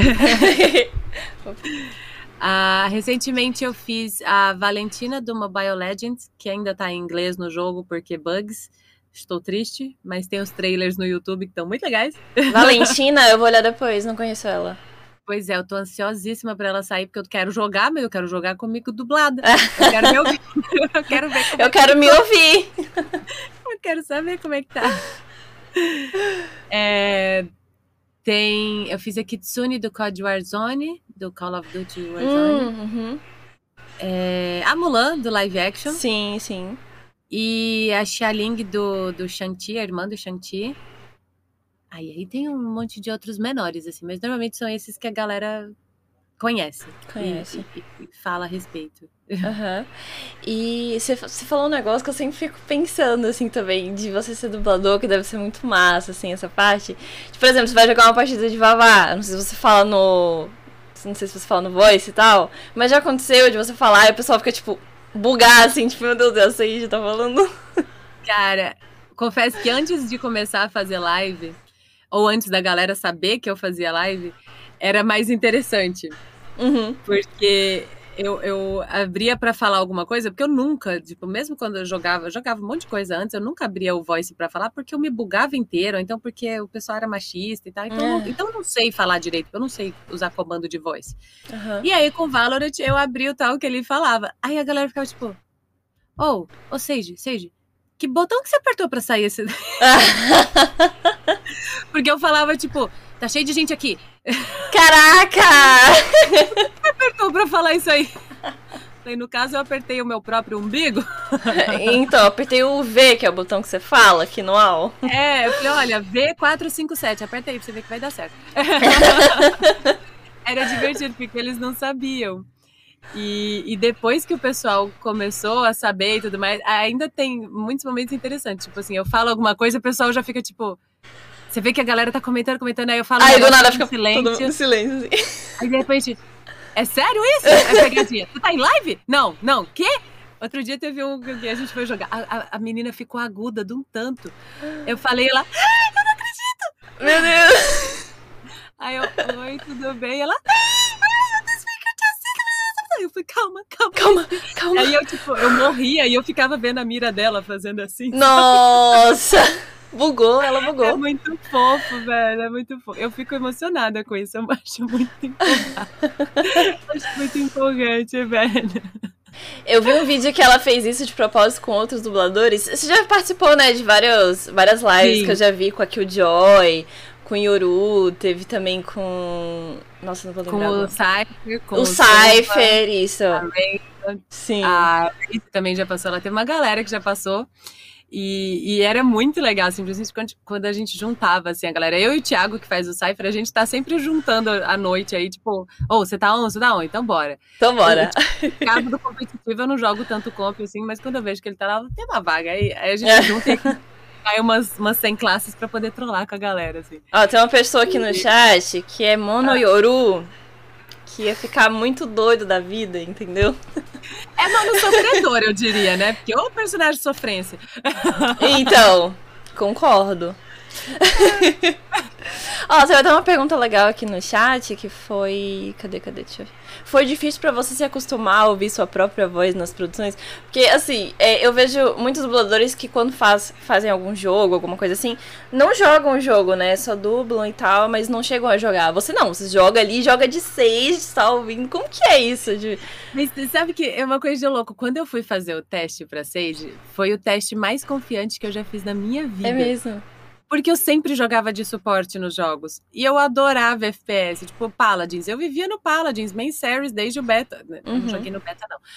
Ah, recentemente eu fiz a Valentina do Mobile Legends, que ainda tá em inglês no jogo porque bugs. Estou triste, mas tem os trailers no YouTube que estão muito legais. Valentina, eu vou olhar depois, não conheço ela. Pois é, eu tô ansiosíssima pra ela sair, porque eu quero jogar, mas eu quero jogar comigo dublada. Eu quero me ouvir. Eu quero ver como Eu é quero que me tá. ouvir. Eu quero saber como é que tá. É, tem, eu fiz a Kitsune do C O D Warzone, do Call of Duty Warzone. Uhum. É, a Mulan, do live action. Sim, sim. E a Xialing do, do Shang-Chi, a irmã do Shang-Chi. Aí, aí tem um monte de outros menores, assim, mas normalmente são esses que a galera conhece. Conhece. E, e, e fala a respeito. Uhum. E você, você falou um negócio que eu sempre fico pensando, assim, também, de você ser dublador, que deve ser muito massa, assim, essa parte. Tipo, por exemplo, você vai jogar uma partida de Vavá, não sei se você fala no... Não sei se você fala no voice e tal, mas já aconteceu de você falar e o pessoal fica, tipo, bugar, assim, tipo, meu Deus, essa aí já tá falando. Cara, confesso que antes de começar a fazer live, ou antes da galera saber que eu fazia live, era mais interessante. Uhum. Porque eu, eu abria pra falar alguma coisa, porque eu nunca, tipo, mesmo quando eu jogava, eu jogava um monte de coisa antes, eu nunca abria o voice pra falar, porque eu me bugava inteiro, ou então porque o pessoal era machista e tal, então, É. eu, não, então eu não sei falar direito, eu não sei usar comando de voice. Uhum. E aí, com o Valorant, eu abri o tal que ele falava. Aí a galera ficava tipo, oh, ô Sage, Sage, que botão que você apertou pra sair esse... Porque eu falava, tipo, tá cheio de gente aqui. Caraca! Você apertou pra falar isso aí? Aí, no caso, eu apertei o meu próprio umbigo. Então, eu apertei o V, que é o botão que você fala aqui no A U. É, eu falei, olha, V quatro cinco sete, aperta aí pra você ver que vai dar certo. Era divertido, porque eles não sabiam. E, e depois que o pessoal começou a saber e tudo mais, ainda tem muitos momentos interessantes. Tipo assim, eu falo alguma coisa, o pessoal já fica tipo... Você vê que a galera tá comentando, comentando, aí eu falo... Aí um do nada em fica silêncio. todo mundo em silêncio, assim. Aí de repente... É sério isso? É pegadinha. Você tá em live? Não, não. Quê? Outro dia teve um que a gente foi jogar. A, a, a menina ficou aguda de um tanto. Eu falei, ela... Ah, eu não acredito! Meu Deus! Aí eu... Oi, tudo bem? Ela... Eu fui, calma, calma. Calma, calma. Aí eu, tipo, eu morria e eu ficava vendo a mira dela fazendo assim. Nossa! Bugou, ela bugou. É muito fofo, velho. É muito fofo. Eu fico emocionada com isso. Eu acho muito empolgante. Acho muito empolgante, velho. Eu vi um vídeo que ela fez isso de propósito com outros dubladores. Você já participou, né, de vários, várias lives. Sim. Que eu já vi com a Killjoy, com o Yoru, teve também com... Nossa, não vou lembrar. Com o Cypher. Com o Cypher, isso. A Ray, sim. A Ray também já passou. Ela teve uma galera que já passou. E, e era muito legal, assim, principalmente quando a gente juntava, assim, a galera. Eu e o Thiago, que faz o Cypher, a gente tá sempre juntando à noite aí, tipo, ô, oh, você tá on, você tá on? Então bora. Então bora. No caso do competitivo, eu não jogo tanto comp, assim, mas quando eu vejo que ele tá lá, tem uma vaga. Aí, aí a gente é. junta e cai umas, umas cem classes pra poder trollar com a galera, assim. Ó, tem uma pessoa aqui no chat que é Mono Yoru, que ia ficar muito doido da vida, entendeu? É mano sofredor, eu diria, né? Porque o personagem sofrência. Então, concordo. Ó, você vai ter uma pergunta legal aqui no chat, que foi... Cadê, cadê? Deixa eu ver. Foi difícil pra você se acostumar a ouvir sua própria voz nas produções? Porque, assim, é, eu vejo muitos dubladores que quando faz, fazem algum jogo, alguma coisa assim, não jogam o jogo, né? Só dublam e tal, mas não chegam a jogar. Você não, você joga ali, joga de seis, tá ouvindo. Como que é isso? De... Mas sabe que é uma coisa de louco. Quando eu fui fazer o teste pra Sage, foi o teste mais confiante que eu já fiz na minha vida. É mesmo? Porque eu sempre jogava de suporte nos jogos. E eu adorava F P S, tipo Paladins. Eu vivia no Paladins, main series desde o beta. Eu Uhum. não joguei no beta, não.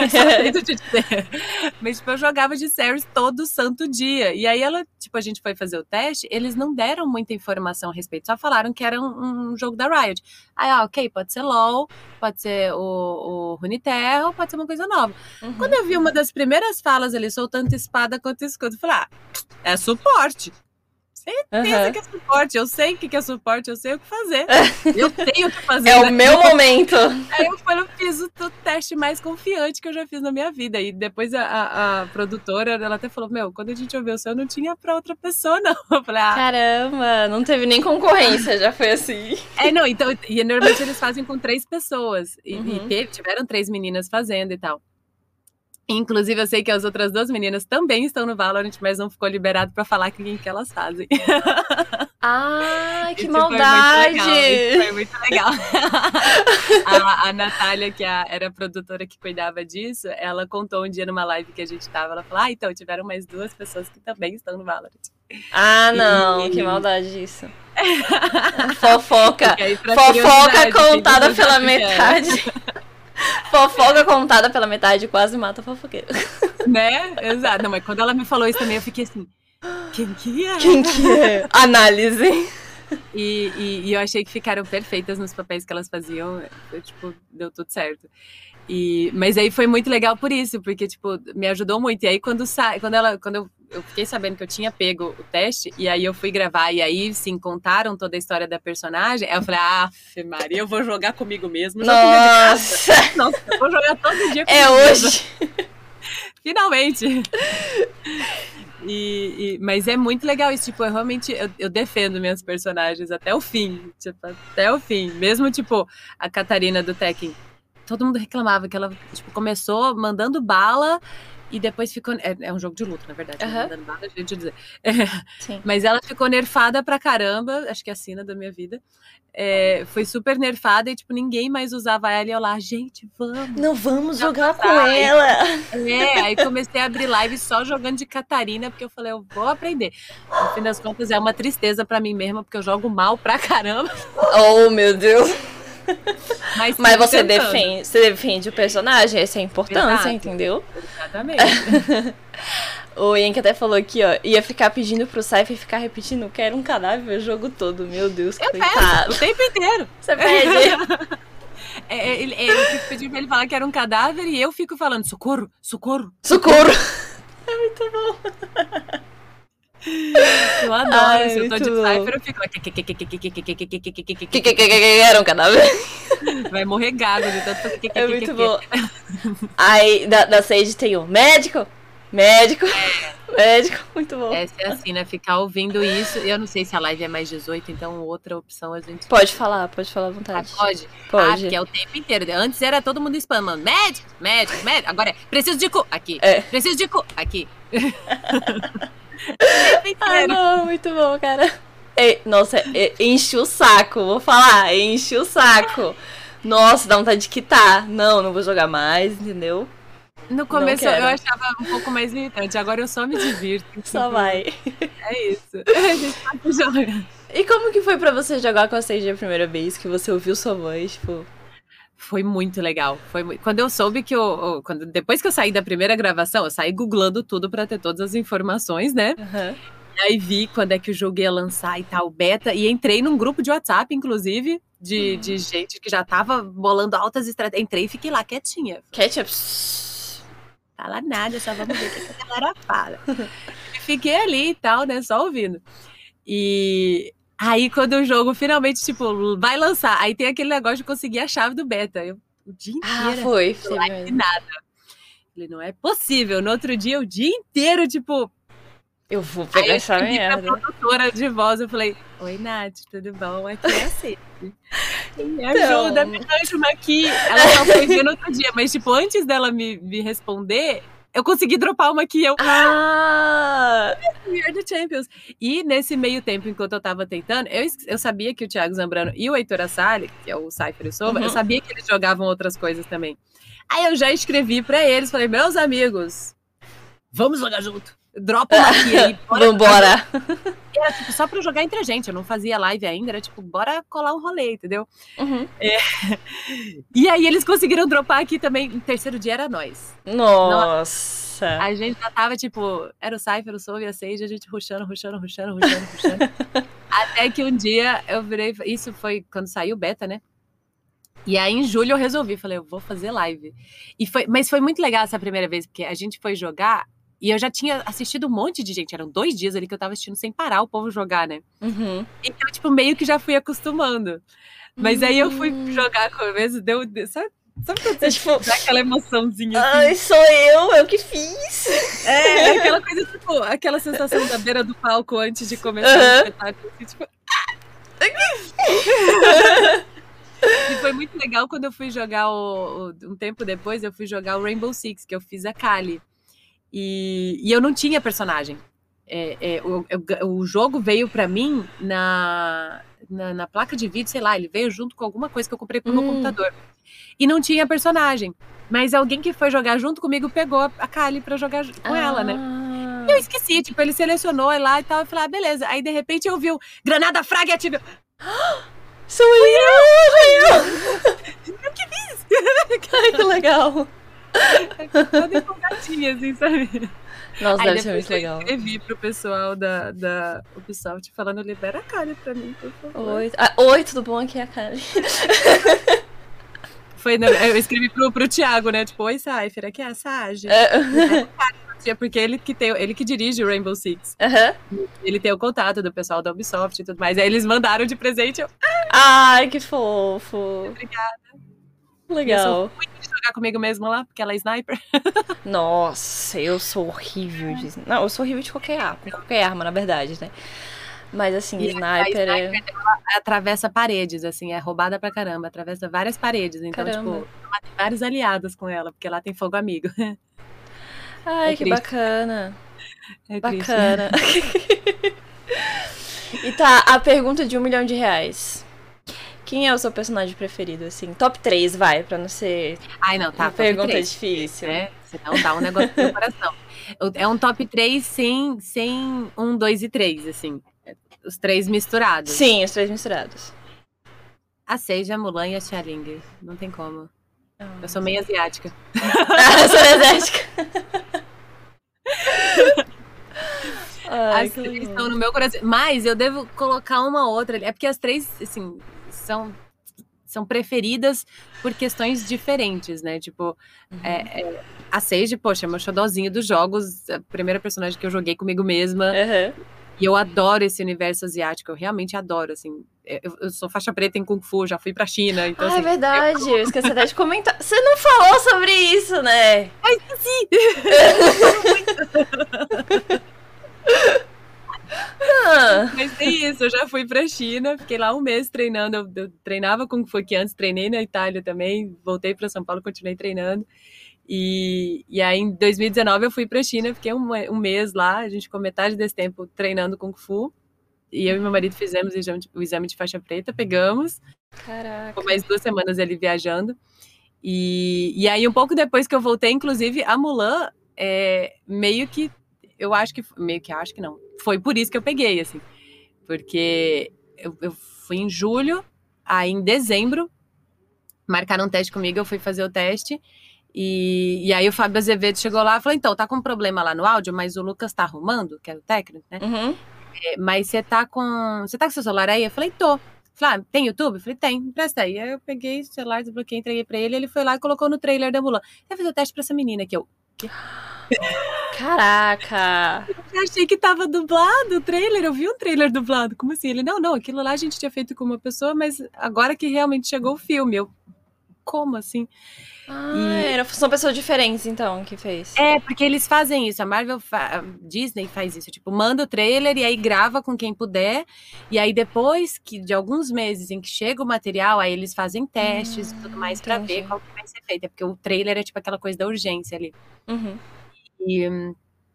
Mas, tipo, eu jogava de series todo santo dia. E aí, ela, tipo, a gente foi fazer o teste, eles não deram muita informação a respeito. Só falaram que era um, um jogo da Riot. Aí, ah, ok, pode ser LoL, pode ser o, o Runeterra, ou pode ser uma coisa nova. Uhum. Quando eu vi uma das primeiras falas ali, soltando espada contra escudo, eu falei, ah, é suporte. Certeza uhum. que é suporte, eu sei o que é suporte, eu sei o que fazer. Eu tenho o que fazer. É o meu momento. Aí eu, falei, eu fiz o, o teste mais confiante que eu já fiz na minha vida. E depois a, a, a produtora, ela até falou, meu, quando a gente ouviu o seu, não tinha pra outra pessoa, não. Eu falei, ah. Caramba, não teve nem concorrência, já foi assim. É, não, então, e normalmente eles fazem com três pessoas. E, uhum. e teve, tiveram três meninas fazendo e tal. Inclusive, eu sei que as outras duas meninas também estão no Valorant, mas não ficou liberado pra falar quem que elas fazem. Ai, que isso maldade! Foi muito legal. Isso foi muito legal. a, a Natália, que a, era a produtora que cuidava disso, ela contou um dia numa live que a gente tava, ela falou, ah, então, tiveram mais duas pessoas que também estão no Valorant. Ah, não, e... que maldade isso. Fofoca. Fofoca contada pela metade. Fofoca contada pela metade quase mata a fofoqueira. Né? Exato. Não, mas quando ela me falou isso também, eu fiquei assim, quem que é? Quem que é? Análise. E, e, e eu achei que ficaram perfeitas nos papéis que elas faziam. Eu, tipo, deu tudo certo. E, mas aí foi muito legal por isso, porque, tipo, me ajudou muito. E aí, quando, sa... quando, ela, quando eu, eu fiquei sabendo que eu tinha pego o teste, e aí eu fui gravar, e aí, sim, contaram toda a história da personagem, aí eu falei, ah, Maria, eu vou jogar comigo mesmo. Nossa! Nossa, eu vou jogar todo dia comigo É hoje! Mesmo. Finalmente! E, e, mas é muito legal isso, tipo, eu realmente, eu, eu defendo minhas personagens até o fim, tipo, até o fim. Mesmo, tipo, a Catarina do Tekken. Todo mundo reclamava que ela, tipo, começou mandando bala e depois ficou... É, é um jogo de luta, na verdade. Uhum. Mandando bala, deixa eu dizer. É, mas ela ficou nerfada pra caramba, acho que é a sina da minha vida. É, foi super nerfada e, tipo, ninguém mais usava ela. E eu lá, gente, vamos. Não vamos jogar com ela. É, aí comecei a abrir live só jogando de Catarina, porque eu falei, eu vou aprender. No fim das contas, é uma tristeza pra mim mesma, porque eu jogo mal pra caramba. Oh, meu Deus. Mas, Mas você defende, você defende o personagem, essa é a importância, Exato. Entendeu? Exatamente. O Yank até falou aqui, ó, ia ficar pedindo pro Cypher ficar repetindo, quero um cadáver o jogo todo. Meu Deus, eu coitado. Peço, o tempo inteiro. Você pede. é, ele, ele fica pedindo pra ele falar que era um cadáver e eu fico falando, socorro, socorro. Socorro. É muito bom. Eu adoro, Ai, se eu tô de bom. Cypher, eu fico era um cadáver. Vai morrer gago de tanto. É muito bom. Aí, da, da Sage tem o médico, médico, é. médico, muito bom. Essa é assim, né? Ficar ouvindo isso. Eu não sei se a live é mais dezoito, então outra opção a gente... Pode falar, pode falar à vontade. Ah, pode? Pode. Ah, porque é o tempo inteiro. Antes era todo mundo spamando. Médico, médico, médico. Agora é, preciso de cu. Aqui. É. Preciso de cu. Aqui. Ai, não, muito bom, cara. Ei, nossa, enche o saco, vou falar, enche o saco. Nossa, dá vontade de quitar. Não, não vou jogar mais, entendeu? No começo eu achava um pouco mais irritante, agora eu só me divirto. Só vai. É isso. A gente pode jogar. E como que foi pra você jogar com a Sage a primeira vez, que você ouviu sua voz, tipo... Foi muito legal. Foi muito... Quando eu soube que eu... Quando... Depois que eu saí da primeira gravação, eu saí googlando tudo pra ter todas as informações, né? Uhum. E aí vi quando é que o jogo ia lançar e tal, beta. E entrei num grupo de WhatsApp, inclusive, de, uhum. de gente que já tava bolando altas estratégias. Entrei e fiquei lá quietinha. Quietinha. Fala nada, só vamos ver o que a galera fala. E fiquei ali e tal, né? Só ouvindo. E... Aí, quando o jogo finalmente, tipo, vai lançar, aí tem aquele negócio de conseguir a chave do beta. Eu, o dia inteiro. Ah, foi. Like, nada. Falei, não é possível. No outro dia, o dia inteiro, tipo, Eu vou pegar essa Aí eu escrevi merda. pra produtora de voz, eu falei, oi, Nath, tudo bom? Aqui é assim. Me ajuda, me arranja uma aqui. Ela só foi ver no outro dia, mas tipo, antes dela me, me responder, eu consegui dropar uma aqui. Eu, Ah! We are the champions. E nesse meio tempo, enquanto eu tava tentando, eu, eu sabia que o Thiago Zambrano e o Heitor Assali, que é o Cypher e o Sova, Uhum. eu sabia que eles jogavam outras coisas também. Aí eu já escrevi pra eles, falei, meus amigos, vamos jogar junto. Dropa uma aqui aí. Bora Vambora. Era tipo, só pra jogar entre a gente, eu não fazia live ainda, era tipo, bora colar um rolê, entendeu? Uhum. É. E aí eles conseguiram dropar aqui também, no terceiro dia era nós. Nossa. A gente já tava, tipo, era o Cypher, o Sova e a Sage, a gente rushando, rushando, rushando, rushando, rushando. Até que um dia eu virei, isso foi quando saiu o beta, né? E aí em julho eu resolvi, falei, eu vou fazer live. E foi, mas foi muito legal essa primeira vez, porque a gente foi jogar e eu já tinha assistido um monte de gente, eram dois dias ali que eu tava assistindo sem parar o povo jogar, né? Uhum. Então, tipo, meio que já fui acostumando. Mas aí eu fui jogar com a mesa, deu, sabe? Sabe quando você tipo, dá aquela emoçãozinha assim? Ai, sou eu, eu que fiz. É, é aquela coisa, tipo, aquela sensação da beira do palco antes de começar Uhum. o espetáculo, assim, tipo... E foi muito legal quando eu fui jogar, o, o, um tempo depois, eu fui jogar o Rainbow Six, que eu fiz a Kali. E, e eu não tinha personagem. É, é, o, o jogo veio pra mim na, na, na placa de vídeo, sei lá, ele veio junto com alguma coisa que eu comprei pro meu Hum. computador. E não tinha personagem. Mas alguém que foi jogar junto comigo pegou a Kali pra jogar com Ah. ela, né? E eu esqueci, tipo, ele selecionou lá e tal. Eu falei, ah, beleza. Aí, de repente, eu vi o Granada Fraga e ative. Sou eu! Eu que fiz! Ai, que legal! Toda empolgadinha, assim, sabe? Nossa, Aí deve ser muito eu legal. escrevi pro pessoal da, da Ubisoft falando, libera a Kali pra mim, por favor. Oi, ah, oi, tudo bom? Aqui é a Kali. Foi, não, eu escrevi pro, pro Thiago, né? Tipo, oi, Cypher, aqui é a Sage. É. Porque ele que, tem, ele que dirige o Rainbow Six. Uhum. Ele tem o contato do pessoal da Ubisoft e tudo mais. Aí eles mandaram de presente. Eu, Ai, que fofo. Obrigada. Legal. Eu sou muito de jogar comigo mesma lá, porque ela é sniper. Nossa, eu sou horrível de... Não, eu sou horrível de qualquer arma, com qualquer arma, na verdade, né? Mas assim, E sniper, a é... sniper ela atravessa paredes, assim, é roubada pra caramba, atravessa várias paredes. Então, Caramba. tipo, ela tem vários aliados com ela, porque lá tem fogo amigo. Ai, É que triste. bacana. É triste. Bacana. E tá, a pergunta de um milhão de reais. Quem é o seu personagem preferido, assim? Top três, vai, pra não ser Ai, não, tá. uma top pergunta três, difícil. né? Senão dá um negócio no coração. É um top três sem, sem um, dois e três, assim. Os três misturados. Sim, os três misturados. A Sage, a Mulan e a Xialing. Não tem como. Ah. Eu sou meio asiática. Ah, eu sou asiática. Ai, As que três legal. estão no meu coração. Mas eu devo colocar uma outra ali. É porque as três, assim, são, são preferidas por questões diferentes, né? Tipo, Uhum. é, é, a Sage, poxa, é meu xodózinho dos jogos. A primeira personagem que eu joguei comigo mesma. Uhum. E eu adoro esse universo asiático. Eu realmente adoro, assim. Eu, eu sou faixa preta em Kung Fu, já fui pra China. Então, Ah, assim, é verdade. Eu esqueci até de comentar. Você não falou sobre isso, né? Ai, esqueci! Ah. Mas é isso, eu já fui pra China, fiquei lá um mês treinando. Eu, eu treinava Kung Fu que antes, treinei na Itália também, voltei pra São Paulo, continuei treinando. E, e aí em dois mil e dezenove eu fui pra China, fiquei um, um mês lá, a gente ficou metade desse tempo treinando Kung Fu. E eu e meu marido fizemos o exame de, o exame de faixa preta, pegamos. Caraca. Ficou mais duas semanas ali viajando. E, e aí um pouco depois que eu voltei, inclusive, a Mulan, é, meio que, eu acho que, meio que acho que não, foi por isso que eu peguei, assim. Porque eu, eu fui em julho, aí em dezembro, marcaram um teste comigo, eu fui fazer o teste. E, e aí o Fábio Azevedo chegou lá e falou, então, tá com um problema lá no áudio, mas o Lucas tá arrumando, que era o técnico, né? Uhum. É, mas você tá com... Você tá com seu celular aí? Eu falei, tô. Falei, ah, tem YouTube? Eu falei, tem, empresta aí. Aí eu peguei o celular, desbloqueei, entreguei pra ele, ele foi lá e colocou no trailer da Mulan. Eu fiz o teste pra essa menina aqui, eu... Caraca! Eu achei que tava dublado o trailer, eu vi um trailer dublado. Como assim? Ele, não, não, aquilo lá a gente tinha feito com uma pessoa, mas agora que realmente chegou o filme, eu... como assim? Ah, e... era, são pessoas diferentes, então, que fez. É, porque eles fazem isso, a Marvel, fa... a Disney faz isso, tipo, manda o trailer e aí grava com quem puder, e aí depois que, de alguns meses em que chega o material, aí eles fazem testes hum, e tudo mais pra entendi. ver qual que vai ser feito, é porque o trailer é tipo aquela coisa da urgência ali. Uhum. E,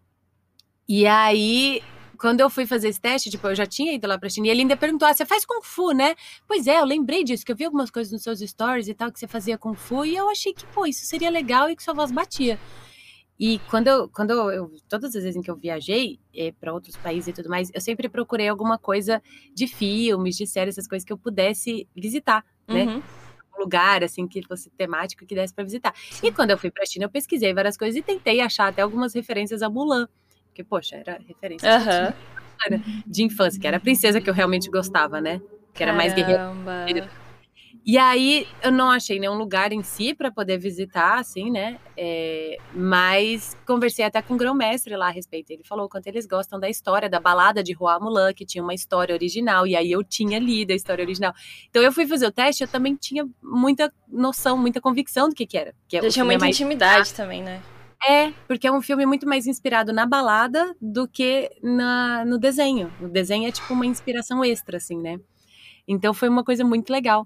e aí... Quando eu fui fazer esse teste, tipo, eu já tinha ido lá pra China, e ele ainda perguntou, ah, você faz Kung Fu, né? Pois é, eu lembrei disso, que eu vi algumas coisas nos seus stories e tal, que você fazia Kung Fu, e eu achei que, pô, isso seria legal e que sua voz batia. E quando eu, quando eu, eu todas as vezes em que eu viajei é, para outros países e tudo mais, eu sempre procurei alguma coisa de filmes, de séries, essas coisas que eu pudesse visitar, né? Uhum. Um lugar, assim, que fosse temático, que desse pra visitar. Sim. E quando eu fui pra China, eu pesquisei várias coisas e tentei achar até algumas referências a Mulan. Porque, poxa, era referência uhum. de infância, que era a princesa que eu realmente gostava, né? Que era mais guerreira. Caramba. E aí, eu não achei nenhum lugar em si para poder visitar, assim, né? É, mas conversei até com o grão-mestre lá a respeito. Ele falou o quanto eles gostam da história, da balada de Roi Mulan, que tinha uma história original. E aí, eu tinha lido a história original. Então, eu fui fazer o teste, eu também tinha muita noção, muita convicção do que que era. Que Já tinha muita é mais... intimidade também, né? É, porque é um filme muito mais inspirado na balada do que na, no desenho. O desenho é tipo uma inspiração extra, assim, né? Então foi uma coisa muito legal.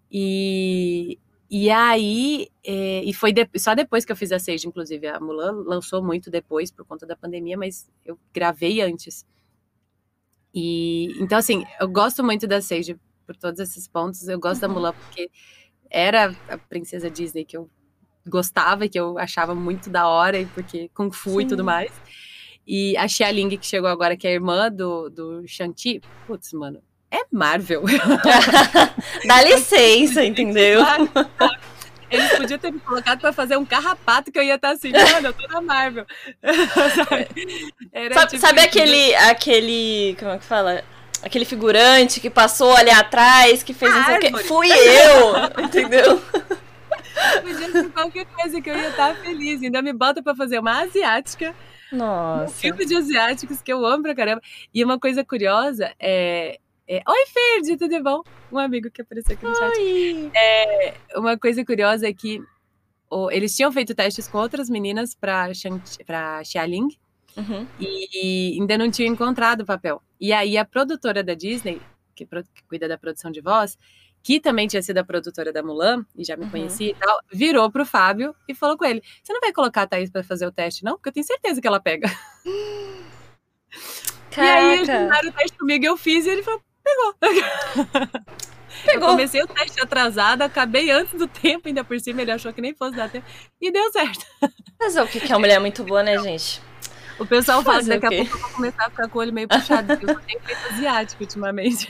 E, e aí, é, e foi de, só depois que eu fiz a Sage, inclusive. A Mulan lançou muito depois por conta da pandemia, mas eu gravei antes. E, então, assim, eu gosto muito da Sage por todos esses pontos. Eu gosto uhum. da Mulan porque era a princesa Disney que eu gostava e que eu achava muito da hora, porque Kung Fu Sim. e tudo mais. E a Xia Ling, que chegou agora, que é a irmã do, do Shang-Chi, putz, mano, é Marvel. Dá licença, entendeu? Eles podiam ter me colocado pra fazer um carrapato que eu ia estar assim, mano, eu tô na Marvel. Era, sabe tipo, sabe aquele, aquele, como é que fala? Aquele figurante que passou ali atrás, que fez isso aqui? Fui eu, entendeu? Podia ser qualquer coisa que eu ia estar feliz. Ainda me bota pra fazer uma asiática. Nossa. Um filme de asiáticos que eu amo pra caramba. E uma coisa curiosa é... é... Oi, Ferdi, tudo bom? Um amigo que apareceu aqui no chat. Oi. É... Uma coisa curiosa é que oh, eles tinham feito testes com outras meninas pra, Shang... pra Xia Ling. Uhum. E... e ainda não tinham encontrado o papel. E aí a produtora da Disney, que, pro... que cuida da produção de voz, que também tinha sido a produtora da Mulan, e já me uhum. conhecia e tal, virou pro Fábio e falou com ele, você não vai colocar a Thaís pra fazer o teste, não? Porque eu tenho certeza que ela pega. Caraca. E aí eles fizeram o teste comigo e eu fiz, e ele falou, pegou. Pegou. Eu comecei o teste atrasada, acabei antes do tempo, ainda por cima, ele achou que nem fosse dar tempo, e deu certo. Mas é o que, que a mulher é muito boa, né, gente? O pessoal fala que daqui a pouco eu vou começar a ficar com o olho meio puxado, porque eu só tenho feito asiático ultimamente.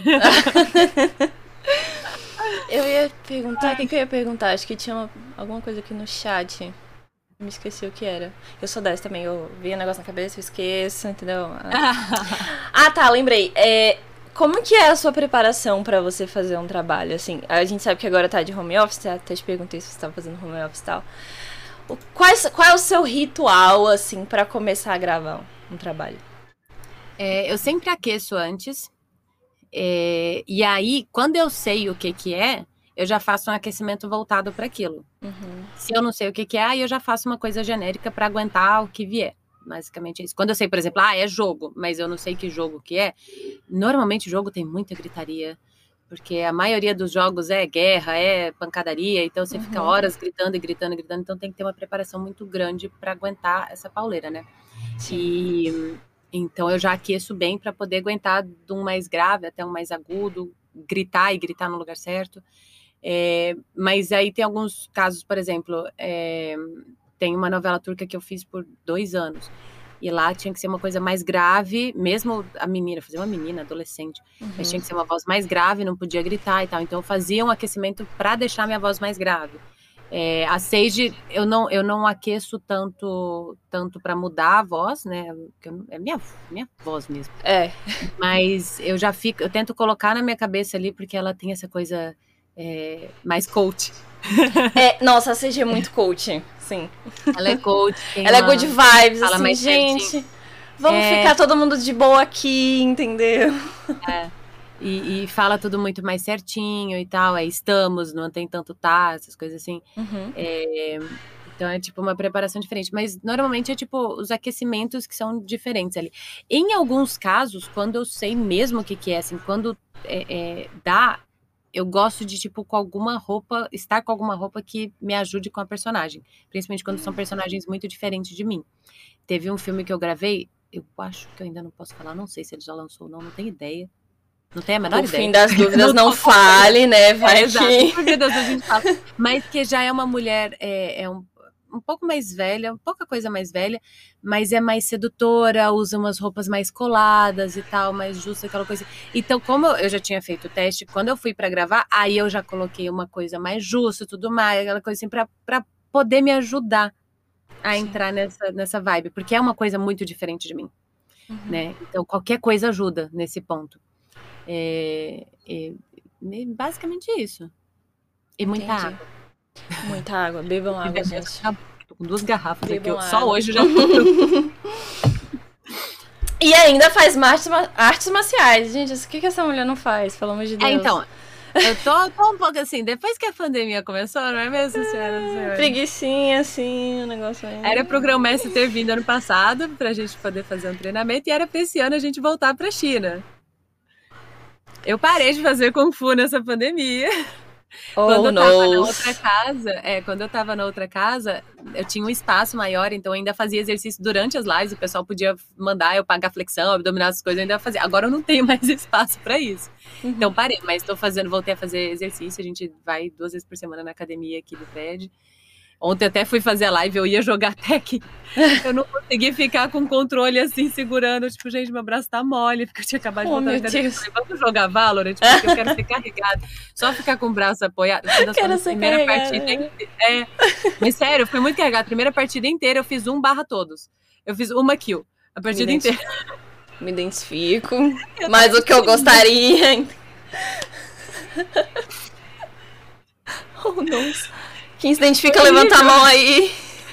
Eu ia perguntar, o que, que eu ia perguntar? Acho que tinha uma, alguma coisa aqui no chat. Me esqueci o que era. Eu sou dessa também, eu vi um negócio na cabeça, eu esqueço, entendeu? Ah, tá, lembrei. É, como que é a sua preparação pra você fazer um trabalho, assim? A gente sabe que agora tá de home office, até te perguntei se você tava fazendo home office e tal. Qual, qual é o seu ritual, assim, pra começar a gravar um trabalho? É, eu sempre aqueço antes. É, e aí, quando eu sei o que que é, eu já faço um aquecimento voltado para aquilo. Uhum. Se eu não sei o que que é, aí eu já faço uma coisa genérica para aguentar o que vier. Basicamente é isso. Quando eu sei, por exemplo, ah, é jogo, mas eu não sei que jogo que é, normalmente o jogo tem muita gritaria, porque a maioria dos jogos é guerra, é pancadaria, então você uhum. fica horas gritando e gritando e gritando, então tem que ter uma preparação muito grande para aguentar essa pauleira, né? Sim. E... Então, eu já aqueço bem para poder aguentar de um mais grave até um mais agudo, gritar e gritar no lugar certo. É, mas aí tem alguns casos, por exemplo, é, tem uma novela turca que eu fiz por dois anos. E lá tinha que ser uma coisa mais grave, mesmo a menina, fazer uma menina, adolescente. Uhum. Mas tinha que ser uma voz mais grave, não podia gritar e tal. Então, eu fazia um aquecimento para deixar minha voz mais grave. É, a Sage, eu não, eu não aqueço tanto, tanto para mudar a voz, né? É minha, minha voz mesmo. É. Mas eu já fico, eu tento colocar na minha cabeça ali, porque ela tem essa coisa é, mais coach. É, nossa, a Sage é muito coach, sim. Ela é coach. Ela uma, é good vibes, fala assim, mais gente. certinho. Vamos é... ficar todo mundo de boa aqui, entendeu? É. E, e fala tudo muito mais certinho e tal. É estamos, não tem tanto tá, essas coisas assim. Uhum. É, então é tipo uma preparação diferente. Mas normalmente é tipo os aquecimentos que são diferentes ali. Em alguns casos, quando eu sei mesmo o que, que é, assim, quando é, é, dá, eu gosto de, tipo, com alguma roupa, estar com alguma roupa que me ajude com a personagem. Principalmente quando são personagens muito diferentes de mim. Teve um filme que eu gravei, eu acho que eu ainda não posso falar, não sei se ele já lançou ou não, não tenho ideia. Não tenho a menor Por ideia. fim das dúvidas, não, não fale, né? Vai é, que... exato, por fim das dúvidas a gente fala. Mas que já é uma mulher, é, é um, um pouco mais velha, pouca coisa mais velha, mas é mais sedutora, usa umas roupas mais coladas e tal, mais justa, aquela coisa. Então, como eu já tinha feito o teste, quando eu fui pra gravar, aí eu já coloquei uma coisa mais justa e tudo mais, aquela coisa assim, pra, pra poder me ajudar a Sim. entrar nessa, nessa vibe, porque é uma coisa muito diferente de mim, Uhum. né? Então, qualquer coisa ajuda nesse ponto. É, é, basicamente isso. E muita Entendi. água. Muita água. Bebam água, gente. Tô com duas garrafas Bebam aqui. água. Só hoje eu já tô. E ainda faz artes, artes marciais. Gente, o que, que essa mulher não faz? Pelo amor de Deus. É, então, eu tô, tô um pouco assim, depois que a pandemia começou, não é mesmo, senhora? senhora? Preguicinha, assim, o negócio aí. Era pro Grão-Mestre ter vindo ano passado pra gente poder fazer um treinamento e era pra esse ano a gente voltar pra China. Eu parei de fazer Kung Fu nessa pandemia. Oh, quando eu no. tava na outra casa, é, quando eu tava na outra casa, eu tinha um espaço maior, então eu ainda fazia exercício durante as lives, o pessoal podia mandar eu pagar flexão, abdominal, essas coisas, eu ainda fazia. Agora eu não tenho mais espaço pra isso. Uhum. Então parei, mas tô fazendo, voltei a fazer exercício, a gente vai duas vezes por semana na academia aqui do prédio. Ontem até fui fazer a live, eu ia jogar tech. Eu não consegui ficar com o controle assim, segurando. Tipo, gente, meu braço tá mole, porque eu tinha acabado de oh, voltar. Meu Deus. Falei, vamos jogar Valorant, porque eu quero ser carregado. Só ficar com o braço apoiado. Eu quero ser primeira carregada. partida inteira. É. Mas sério, eu fui muito carregada. A primeira partida inteira eu fiz um barra todos. Eu fiz uma kill. A partida Me inteira. Me identifico. Eu mas o que eu gostaria. Oh, nossa. Quem se identifica, levanta a mão aí.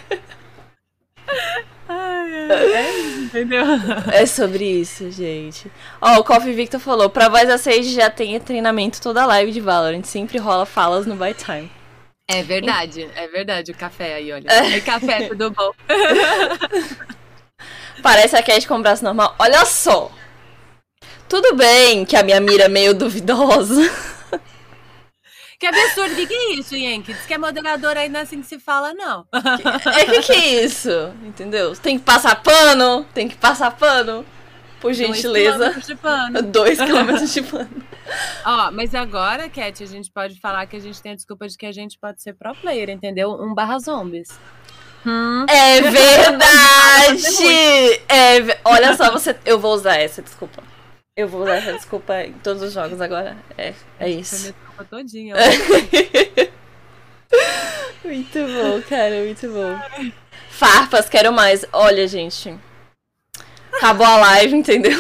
Ai, é, é isso, entendeu? É sobre isso, gente. Ó, oh, o Coffee Victor falou, pra Voz a Sage já tem treinamento toda live de Valorant. Sempre rola falas no By Time. É verdade, é verdade. O café aí, olha. É, é café, tudo bom. Parece a Cat com o braço normal. Olha só. Tudo bem que a minha mira é meio duvidosa. Que absurdo, o que, que é isso, Yankee? Diz que é moderadora ainda assim que se fala, não. É que que é isso? Entendeu? Tem que passar pano? Tem que passar pano? Por gentileza. Dois quilômetros de pano. Dois quilômetros de pano. Ó, mas agora, Cat, a gente pode falar que a gente tem a desculpa de que a gente pode ser pro player, entendeu? Um barra zombies. Hum. É verdade! É, olha só, você, eu vou usar essa desculpa. Eu vou usar essa desculpa em todos os jogos agora. É, é isso. Foi minha desculpa todinha. Muito bom, cara, muito bom. Farpas, quero mais. Olha, gente. Acabou a live, entendeu?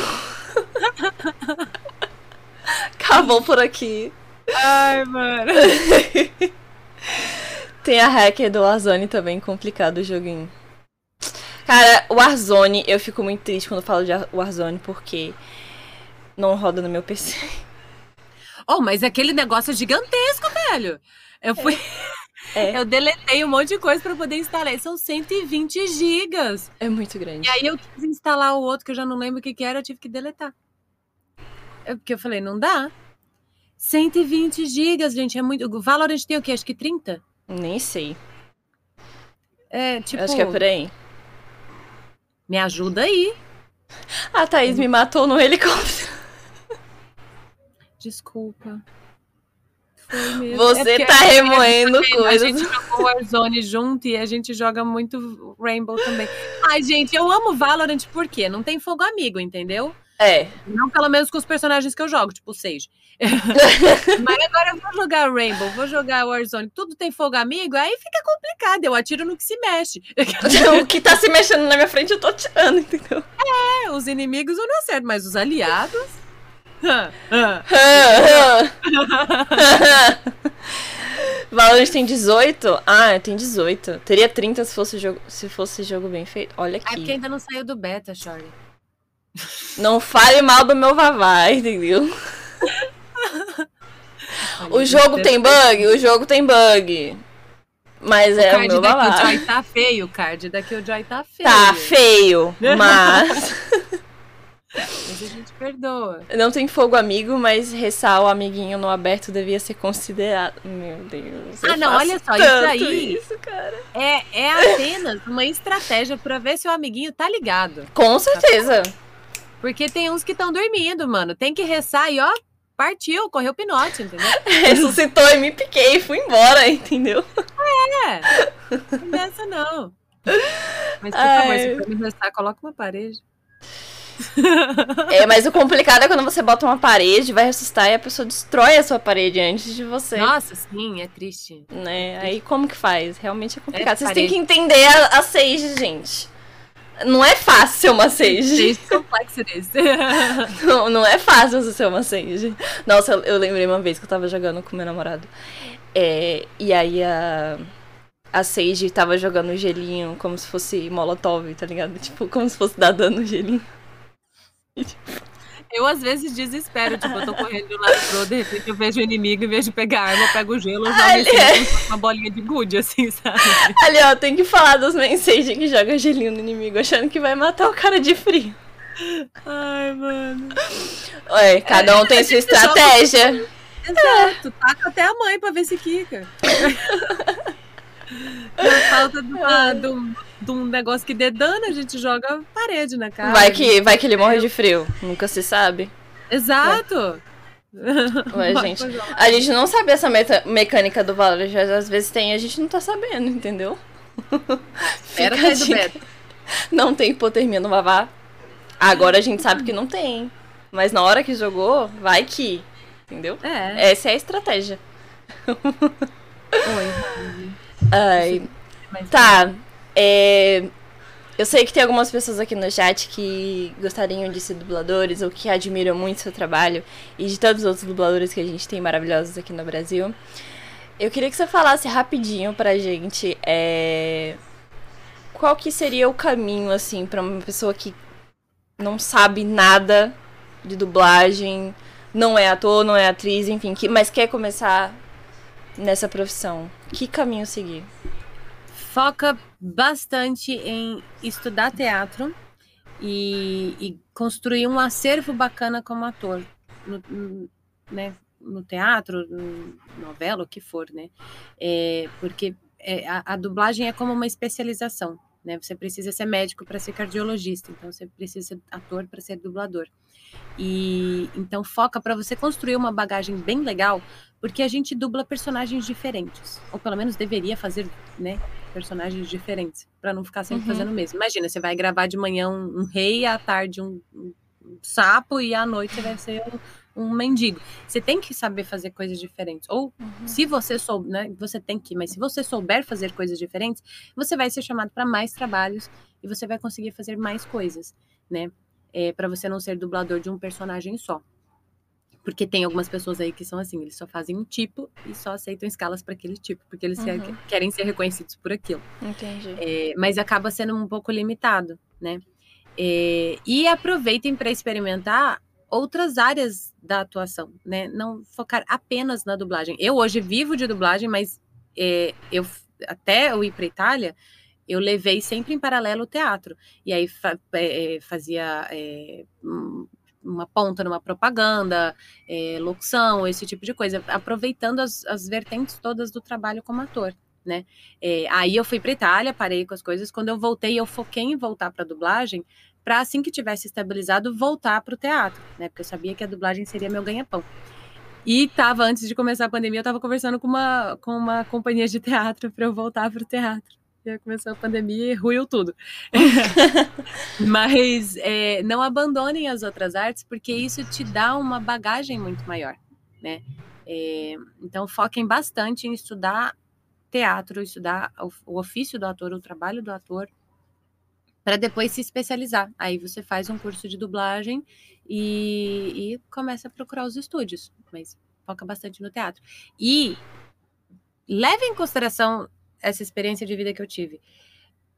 Acabou por aqui. Ai, mano. Tem a hacker do Warzone também, complicado o joguinho. Cara, o Warzone, eu fico muito triste quando falo de Warzone, porque não roda no meu P C. Oh, mas aquele negócio é gigantesco, velho. Eu fui... É. É. Eu deletei um monte de coisa pra poder instalar. São cento e vinte gigas. É muito grande. E aí eu quis instalar o outro, que eu já não lembro o que que era, eu tive que deletar. É porque eu falei, não dá. cento e vinte gigas, gente, é muito... O Valorant tem o quê? Acho que trinta? Nem sei. É, tipo... Acho que é por aí. Me ajuda aí. A Thaís me matou no helicóptero. Desculpa. Foi mesmo. Você é tá remoendo a coisas. A gente jogou Warzone junto e a gente joga muito Rainbow também. Ai, gente, eu amo Valorant por quê? Não tem fogo amigo, entendeu? É. Não pelo menos com os personagens que eu jogo, tipo o Sage. Mas agora eu vou jogar Rainbow, vou jogar Warzone, tudo tem fogo amigo, aí fica complicado, eu atiro no que se mexe. O que tá se mexendo na minha frente eu tô atirando, entendeu? É, os inimigos eu não acerto, mas os aliados... Valorant tem dezoito? Ah, tem dezoito. Teria trinta se fosse jogo, se fosse jogo bem feito. Olha aqui. É porque ainda não saiu do beta, Shorty. Não fale mal do meu Vavá, entendeu? O jogo tem bug? O jogo tem bug. Mas o é o card meu daqui babado. o Joy tá feio, o card daqui o Joy tá feio. Tá feio, mas... Mas a gente perdoa. Não tem fogo amigo, mas ressaltar o amiguinho no aberto devia ser considerado. Meu Deus. Ah, não, olha só, isso aí isso, cara. É, é apenas uma estratégia pra ver se o amiguinho tá ligado. Com certeza. Porque tem uns que estão dormindo, mano. Tem que restar e ó, partiu, correu pinote, entendeu? Ressuscitou e me piquei e fui embora, entendeu? É, não dessa não. Mas por favor, se for me restar, coloca uma parede. É, mas o complicado é quando você bota uma parede, vai ressuscitar e a pessoa destrói a sua parede antes de você. Nossa, sim, é triste. Né? É Aí triste. como que faz? Realmente é complicado. É Vocês parede. têm que entender a, a Sage, gente. Não é fácil ser uma Sage. Sage complexidades. Não, não é fácil você ser uma Sage. Nossa, eu, eu lembrei uma vez que eu tava jogando com meu namorado. É, e aí a... A Sage tava jogando gelinho como se fosse Molotov, tá ligado? Tipo, como se fosse dar dano no gelinho. Eu, às vezes, desespero. Tipo, eu tô correndo de um lado pro outro, de repente eu vejo o inimigo, em vez de pegar a arma, eu pego o gelo e jogo Ali... assim, como uma bolinha de gude, assim, sabe? Ali, ó, tem que falar dos main Sage que joga gelinho no inimigo, achando que vai matar o cara de frio. Ai, mano. Ué, cada um é, tem sua estratégia. Joga... Exato, taca até a mãe pra ver se quica. Na falta de, uma, de, um, de um negócio que dê dano, a gente joga parede na cara. Vai que, vai que ele morre de frio. Nunca se sabe. Exato. Ué, gente, a gente não sabe essa meta, mecânica do Valorant. Às vezes tem, a gente não tá sabendo, entendeu? Era sair do beta. Não tem hipotermia no Vavá. Agora a gente sabe que não tem. Mas na hora que jogou, vai que. Entendeu? É. Essa é a estratégia. Oi. Ai, tá, é, eu sei que tem algumas pessoas aqui no chat que gostariam de ser dubladores ou que admiram muito seu trabalho e de todos os outros dubladores que a gente tem maravilhosos aqui no Brasil. Eu queria que você falasse rapidinho pra gente é, qual que seria o caminho, assim, pra uma pessoa que não sabe nada de dublagem, não é ator, não é atriz, enfim, que, mas quer começar nessa profissão. Que caminho seguir? Foca bastante em estudar teatro e, e construir um acervo bacana como ator, no, no, né, no teatro, no novela, o que for, né? É, porque é, a, a dublagem é como uma especialização, né? Você precisa ser médico para ser cardiologista, então você precisa ser ator para ser dublador. E então foca para você construir uma bagagem bem legal, porque a gente dubla personagens diferentes, ou pelo menos deveria fazer, né, personagens diferentes, para não ficar sempre uhum. fazendo o mesmo. Imagina, você vai gravar de manhã um, um rei, à tarde um, um, um sapo e à noite você vai ser um, um mendigo. Você tem que saber fazer coisas diferentes. Ou uhum. se você souber, né, você tem que, mas se você souber fazer coisas diferentes, você vai ser chamado para mais trabalhos e você vai conseguir fazer mais coisas, né? É, para você não ser dublador de um personagem só. Porque tem algumas pessoas aí que são assim, eles só fazem um tipo e só aceitam escalas para aquele tipo, porque eles uhum. quer, querem ser reconhecidos por aquilo. Entendi. É, mas acaba sendo um pouco limitado, né? É, e aproveitem para experimentar outras áreas da atuação, né? Não focar apenas na dublagem. Eu hoje vivo de dublagem, mas é, eu, até eu ir para Itália, eu levei sempre em paralelo o teatro. E aí fa- é, fazia é, uma ponta numa propaganda, é, locução, esse tipo de coisa, aproveitando as, as vertentes todas do trabalho como ator, né? É, aí eu fui para Itália, parei com as coisas. Quando eu voltei, eu foquei em voltar para a dublagem, para assim que tivesse estabilizado, voltar para o teatro, né? Porque eu sabia que a dublagem seria meu ganha-pão. E tava, antes de começar a pandemia, eu tava conversando com uma, com uma companhia de teatro para eu voltar para o teatro. Já começou a pandemia e ruiu tudo. Mas é, não abandonem as outras artes, porque isso te dá uma bagagem muito maior, né? É, então, foquem bastante em estudar teatro, estudar o, o ofício do ator, o trabalho do ator, para depois se especializar. Aí você faz um curso de dublagem e, e começa a procurar os estúdios, mas foca bastante no teatro. E leve em consideração essa experiência de vida que eu tive.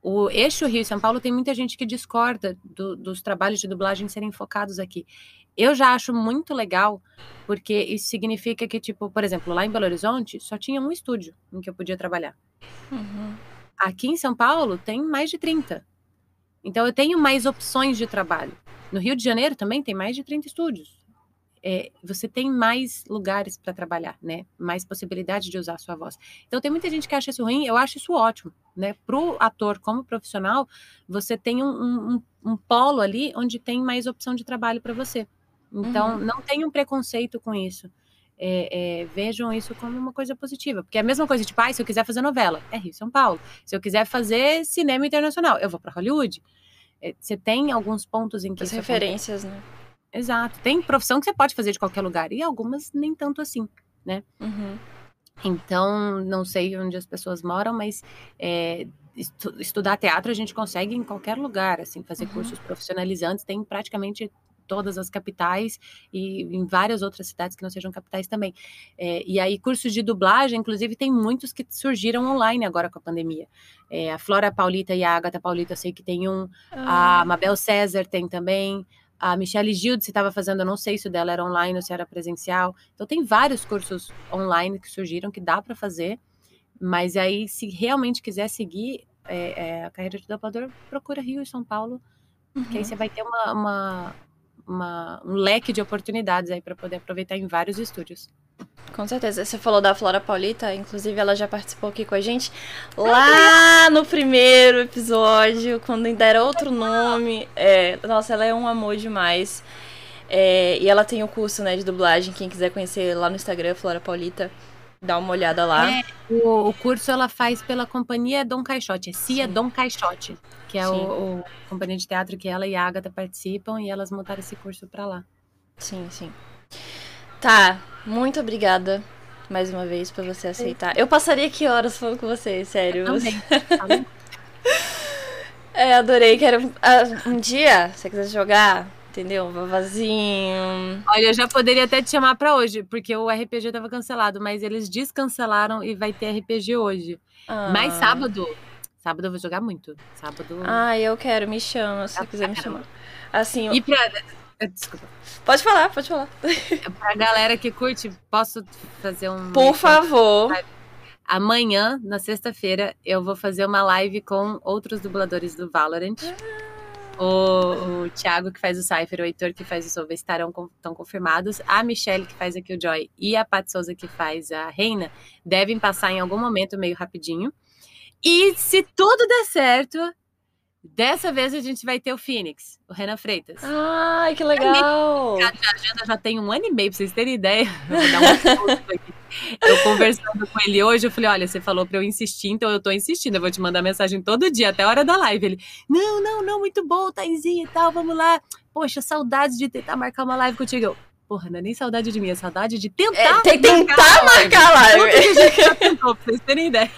o eixo Rio e São Paulo tem muita gente que discorda do, dos trabalhos de dublagem serem focados aqui. Eu já acho muito legal, porque isso significa que, tipo, por exemplo, lá em Belo Horizonte, só tinha um estúdio em que eu podia trabalhar. Uhum. Aqui em São Paulo, tem mais de trinta. Então, eu tenho mais opções de trabalho. No Rio de Janeiro também tem mais de trinta estúdios. É, você tem mais lugares para trabalhar, né? Mais possibilidade de usar a sua voz. Então, tem muita gente que acha isso ruim, eu acho isso ótimo, né? Pro ator, como profissional, você tem um, um, um polo ali onde tem mais opção de trabalho para você. Então, uhum. não tenham preconceito com isso. É, é, vejam isso como uma coisa positiva. Porque é a mesma coisa, tipo, ah, se eu quiser fazer novela, é Rio e São Paulo. Se eu quiser fazer cinema internacional, eu vou para Hollywood. É, você tem alguns pontos em que As isso referências, acontece. né? Exato. Tem profissão que você pode fazer de qualquer lugar. E algumas nem tanto assim, né? Uhum. Então, não sei onde as pessoas moram, mas é, estu estudar teatro a gente consegue em qualquer lugar, assim, fazer uhum. cursos profissionalizantes. Tem praticamente todas as capitais e em várias outras cidades que não sejam capitais também. É, e aí, cursos de dublagem, inclusive, tem muitos que surgiram online agora com a pandemia. É, a Flora Paulita e a Agatha Paulita, eu sei que tem um. Ah. A Mabel César tem também. A Michelle Gilde, se estava fazendo, eu não sei se o dela era online ou se era presencial. Então, tem vários cursos online que surgiram que dá para fazer. Mas aí, se realmente quiser seguir é, é, a carreira de dublador, procura Rio e São Paulo. Uhum. Que aí você vai ter uma, uma, uma, um leque de oportunidades aí para poder aproveitar em vários estúdios. Com certeza. Você falou da Flora Paulita, inclusive ela já participou aqui com a gente lá no primeiro episódio, quando ainda era outro nome. É, nossa, ela é um amor demais. É, e ela tem o curso, né, de dublagem. Quem quiser conhecer lá no Instagram, Flora Paulita, dá uma olhada lá. É, o, o curso ela faz pela companhia Dom Caixote, é Cia Sim. Dom Caixote, que é o, o companhia de teatro que ela e a Agatha participam, e elas montaram esse curso pra lá. Sim, sim. Tá, muito obrigada mais uma vez por você aceitar. Eu passaria aqui horas falando com você, sério. Eu também. É, adorei. Quero uh, um dia, se você quiser jogar, entendeu? Um vavazinho. Olha, eu já poderia até te chamar pra hoje, porque o R P G tava cancelado, mas eles descancelaram e vai ter R P G hoje. Ah. Mas sábado, sábado eu vou jogar muito. Sábado. Ah, eu quero, me chama, se você quiser me chamar. Assim, e pra... Desculpa. Pode falar, pode falar. Pra galera que curte, posso fazer um... Por favor. Amanhã, na sexta-feira, eu vou fazer uma live com outros dubladores do Valorant. Ah. O, o Thiago, que faz o Cypher, o Heitor, que faz o Sova, estarão estão confirmados. A Michelle, que faz aqui o Joy, e a Pat Souza, que faz a Reina, devem passar em algum momento, meio rapidinho. E se tudo der certo... Dessa vez a gente vai ter o Phoenix, o Renan Freitas. Ai, que legal! A agenda já tem um ano e meio, pra vocês terem ideia. Eu vou dar um aqui. Eu conversando com ele hoje, eu falei, olha, você falou pra eu insistir, então eu tô insistindo. Eu vou te mandar mensagem todo dia, até a hora da live. Ele, não, não, não, muito bom, Taizinha e tal, vamos lá. Poxa, saudades de tentar marcar uma live contigo. Eu, porra, não é nem saudade de mim, é saudade de tentar é, tem, tentar marcar, marcar a live. live. Tudo que a gente já tentou, pra vocês terem ideia.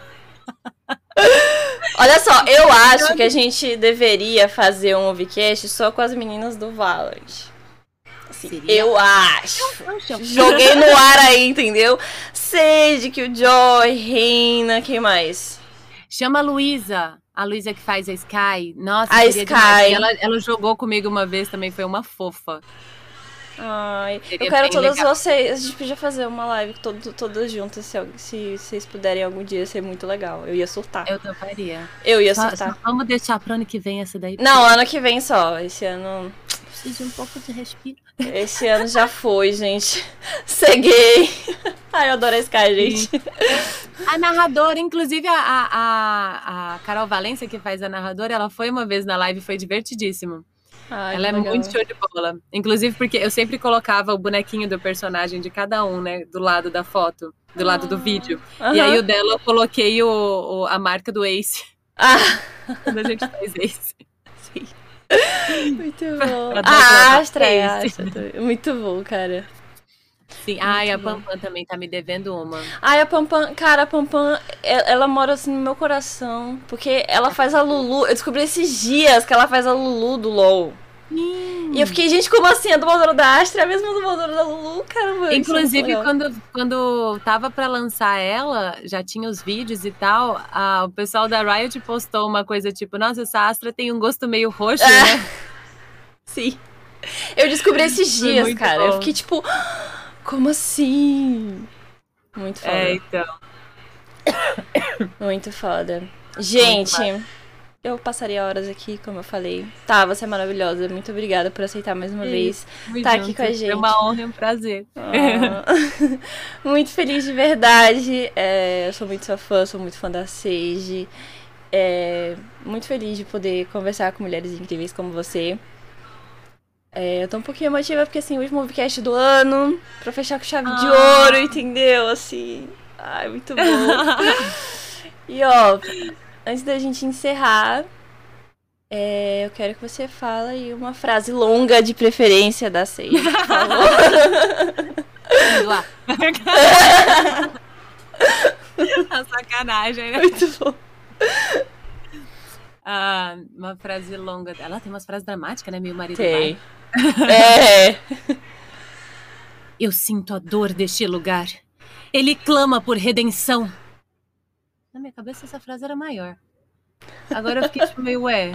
Olha só, eu acho que a gente deveria fazer um Ovcast só com as meninas do Valorant. Assim, eu acho. Joguei no ar aí, entendeu? Sage, Killjoy, Reina, quem mais? Chama a Luísa. A Luísa que faz a Sky. Nossa, a Sky. Ela, ela jogou comigo uma vez também, foi uma fofa. Ai, seria eu quero todas legal. Vocês. A gente podia fazer uma live todo, todas juntas, se, se vocês puderem algum dia, ia ser muito legal. Eu ia surtar. Eu toparia. Eu ia só, surtar. Só vamos deixar pro ano que vem essa daí. Não, ano que vem só. Esse ano... Preciso de um pouco de respiro. Esse ano já foi, gente. Ceguei. Ai, eu adoro a Sky, gente. A narradora, inclusive a, a, a Carol Valência, que faz a narradora, ela foi uma vez na live e foi divertidíssimo. Ai, ela é legal. Muito show de bola. Inclusive porque eu sempre colocava o bonequinho do personagem de cada um, né? Do lado da foto, do ah, lado do vídeo. Uh-huh. E aí o dela eu coloquei o, o, a marca do Ace. Ah. Quando a gente faz Ace. Sim. Muito bom. Ah, Astra, Astra. Muito bom, cara. Sim. Muito Ai, a Pampam também tá me devendo uma. Ai, a Pampam, cara, a Pampam, ela mora assim no meu coração. Porque ela faz a Lulu. Eu descobri esses dias que ela faz a Lulu do LOL. Sim. E eu fiquei, gente, como assim? A dubladora da Astra é a mesma dubladora da Lulu? Caramba. Inclusive, quando, quando tava pra lançar ela, já tinha os vídeos e tal, a, o pessoal da Riot postou uma coisa tipo, nossa, essa Astra tem um gosto meio roxo, é. né? Sim. Eu descobri esses dias, cara. Bom. Eu fiquei tipo, como assim? Muito foda. É, então. Muito foda. Gente, Muito eu passaria horas aqui, como eu falei. Tá, você é maravilhosa. Muito obrigada por aceitar mais uma Sim, vez estar tá aqui com a gente. É uma honra e um prazer. Ah, muito feliz de verdade. É, eu sou muito sua fã, sou muito fã da Sage. É, muito feliz de poder conversar com mulheres incríveis como você. É, eu tô um pouquinho emotiva porque, assim, o último Movecast do ano, pra fechar com chave ah. de ouro, entendeu? Assim, ai, muito bom. E, ó, antes da gente encerrar, é, eu quero que você fale uma frase longa, de preferência, da Sage, por favor. Vamos lá. A sacanagem, né? Muito bom. Ah, uma frase longa. Ela tem umas frases dramáticas, né? Meu marido tem. Vai. É. Eu sinto a dor deste lugar. Ele clama por redenção. Na minha cabeça essa frase era maior. Agora eu fiquei tipo meio, ué.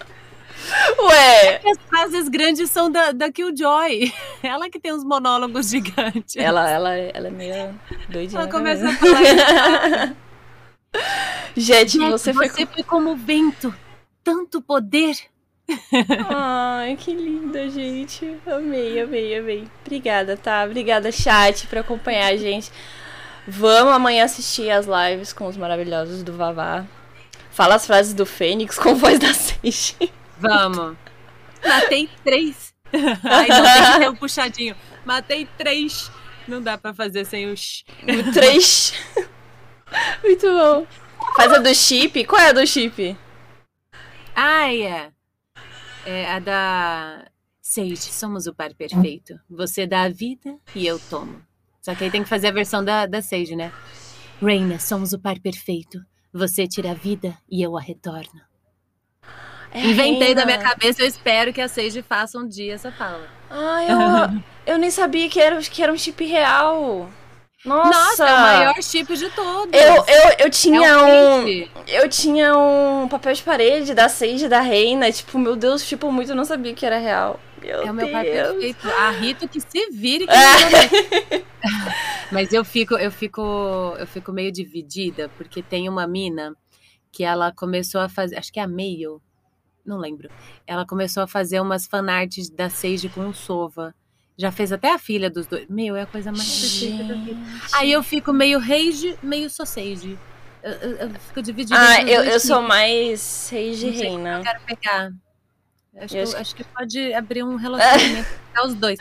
Ué. É que as frases grandes são da, da Killjoy. Ela que tem uns monólogos gigantes. Ela, ela, ela é meio doidinha. Ela começa a falar. Jet, Jet, você, você foi... foi como vento. Tanto poder. Ai, que linda, gente. Amei, amei, amei. Obrigada, tá? Obrigada, chat, por acompanhar a gente. Vamos amanhã assistir as lives com os maravilhosos do Vavá. Fala as frases do Fênix com voz da Sage. Vamos. Matei três. Ai, não tem que ter um puxadinho. Matei três. Não dá pra fazer sem o sh. O três. Muito bom. Faz a do chip. Qual é a do chip? Ah, é. É a da Sage. Somos o par perfeito. Você dá a vida e eu tomo. Só que aí tem que fazer a versão da, da Sage, né? Reina, somos o par perfeito. Você tira a vida e eu a retorno. É Inventei da minha cabeça, eu espero que a Sage faça um dia essa fala. Ai, eu, eu nem sabia que era, que era um chip real. Nossa, Nossa, é o maior chip de todos. Eu, eu, eu tinha é um, um. Eu tinha um papel de parede da Sage da Reina. Tipo, meu Deus, tipo, muito eu não sabia que era real. Meu é o meu Deus. pai perfeito. A Rito que se vire que é. Mas eu fico, eu fico, eu fico meio dividida, porque tem uma mina que ela começou a fazer, acho que é a Mail, não lembro. Ela começou a fazer umas fanarts da Sage com o Sova. Já fez até a filha dos dois. Meu, é a coisa mais perfeita da vida. Aí eu fico meio Rage, meio só Sage. Eu, eu, eu fico dividida. Ah, eu, eu sou mais Sage Reina. Eu quero pegar. Acho, eu que, acho... acho que pode abrir um relacionamento com os dois.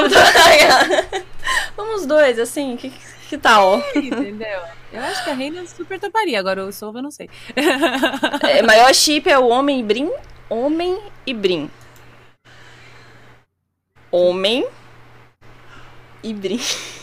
Vamos dois, assim, que, que tal? Entendeu? Eu acho que a Reina super toparia, agora o Sova eu não sei. É, maior chip é o Homem e Brim. Homem e Brim. Homem e Brim.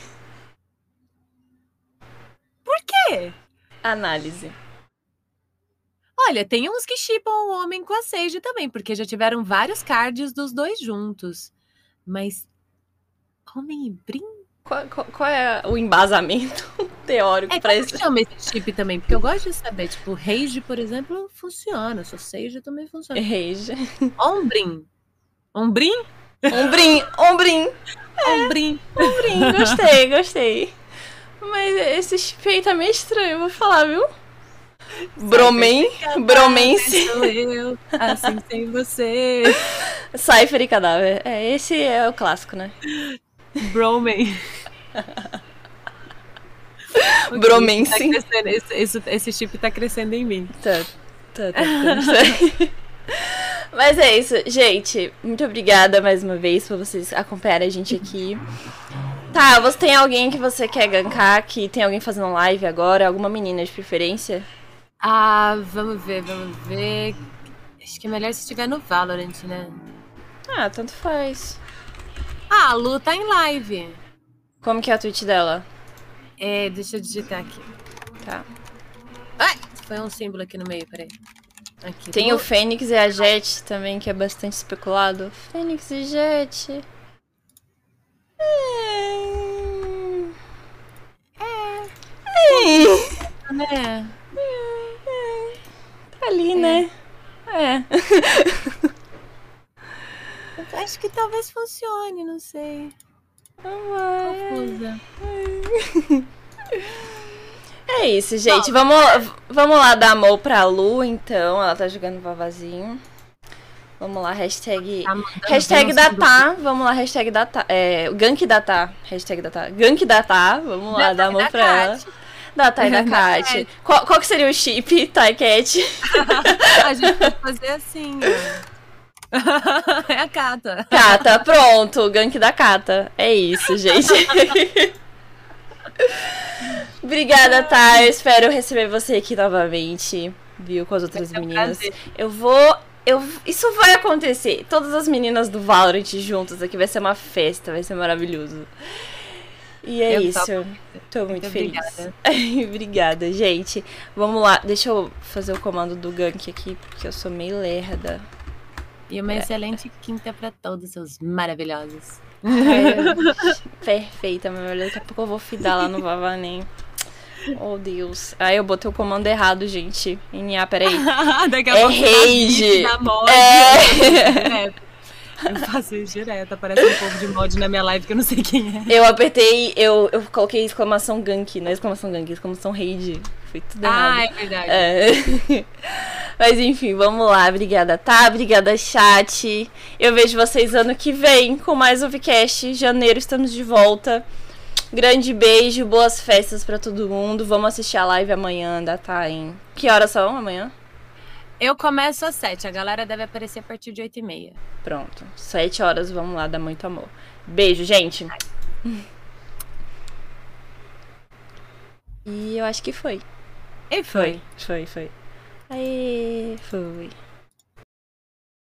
Por quê? Análise. Olha, tem uns que shippam o Homem com a Sage também, porque já tiveram vários cards dos dois juntos. Mas Homem e Brim? Qual, qual, qual é o embasamento teórico é, pra isso? É, chama esse chip também, porque eu gosto de saber, tipo, Rage, por exemplo, funciona, só Sage também funciona. Rage. Ombrim. Ombrim? Ombrim, ombrim. É, ombrim. Ombrim, gostei, gostei. Mas esse chip aí tá meio estranho, eu vou falar, viu? Bromen, Bromense. Sou eu, assim sem você. Cypher e Cadáver. É, esse é o clássico, né? Bromen. Bromense. Tá esse, esse, esse chip tá crescendo em mim. Tá, tá, tá. Mas é isso, gente. Muito obrigada mais uma vez por vocês acompanharem a gente aqui. Tá, você tem alguém que você quer gankar? Que tem alguém fazendo live agora? Alguma menina de preferência? Ah, vamos ver, vamos ver. Acho que é melhor se estiver no Valorant, né? Ah, tanto faz. Ah, a Lu tá em live. Como que é a Twitch dela? É, deixa eu digitar aqui. Tá. Ai, foi um símbolo aqui no meio, peraí. Aqui Tem do... o Fênix e a Jet também, que é bastante especulado. Fênix e Jet. É. É. Né? Tá ali, É. né? É. Eu acho que talvez funcione, não sei. Confusa. É isso, gente. Vamos, vamos lá dar amor pra Lu, então. Ela tá jogando vavazinho. Vamos lá, hashtag. Tá mandando hashtag bem no datar. Vamos lá, hashtag datar. É, gank datar. Hashtag datar. Gank datar. Vamos lá, Datar dar e amor da pra ela. Kat. Datar e da Da Kat. Kat. Qual, qual que seria o chip, Thai Cat? A gente pode fazer assim, ó. É a Cata. Cata, pronto. Gank da Cata. É isso, gente. Obrigada, Thay. Eu espero receber você aqui novamente, viu, com as outras Vai ser um meninas. prazer. Eu vou. Eu, isso vai acontecer. Todas as meninas do Valorant juntas aqui. Vai ser uma festa. Vai ser maravilhoso. E é Eu isso. topo. Tô muito, Muito feliz. obrigada. Obrigada, gente. Vamos lá. Deixa eu fazer o comando do gank aqui, porque eu sou meio lerda. E uma excelente quinta pra todos, seus maravilhosos. Ai, perfeita, meu Deus. Daqui a pouco eu vou fidar lá no Vavanem. Oh, Deus. Ai, eu botei o comando errado, gente. N A, peraí. Daqui a É pouco tá rage. da mod. É. Eu faço isso direto. Aparece um povo de mod na minha live que eu não sei quem é. Eu apertei, eu, eu coloquei exclamação gank, não é exclamação gank, exclamação raid. Foi tudo errado. Ah, é verdade. É. Mas enfim, vamos lá. Obrigada, tá? Obrigada, chat. Eu vejo vocês ano que vem com mais um Vcast. Janeiro estamos de volta. Grande beijo, boas festas pra todo mundo. Vamos assistir a live amanhã da Time. Que horas são amanhã? Eu começo às sete, a galera deve aparecer a partir de oito e meia. Pronto, sete horas, vamos lá, dar muito amor. Beijo, gente. E eu acho que foi. E foi. Foi, foi. Aí, foi.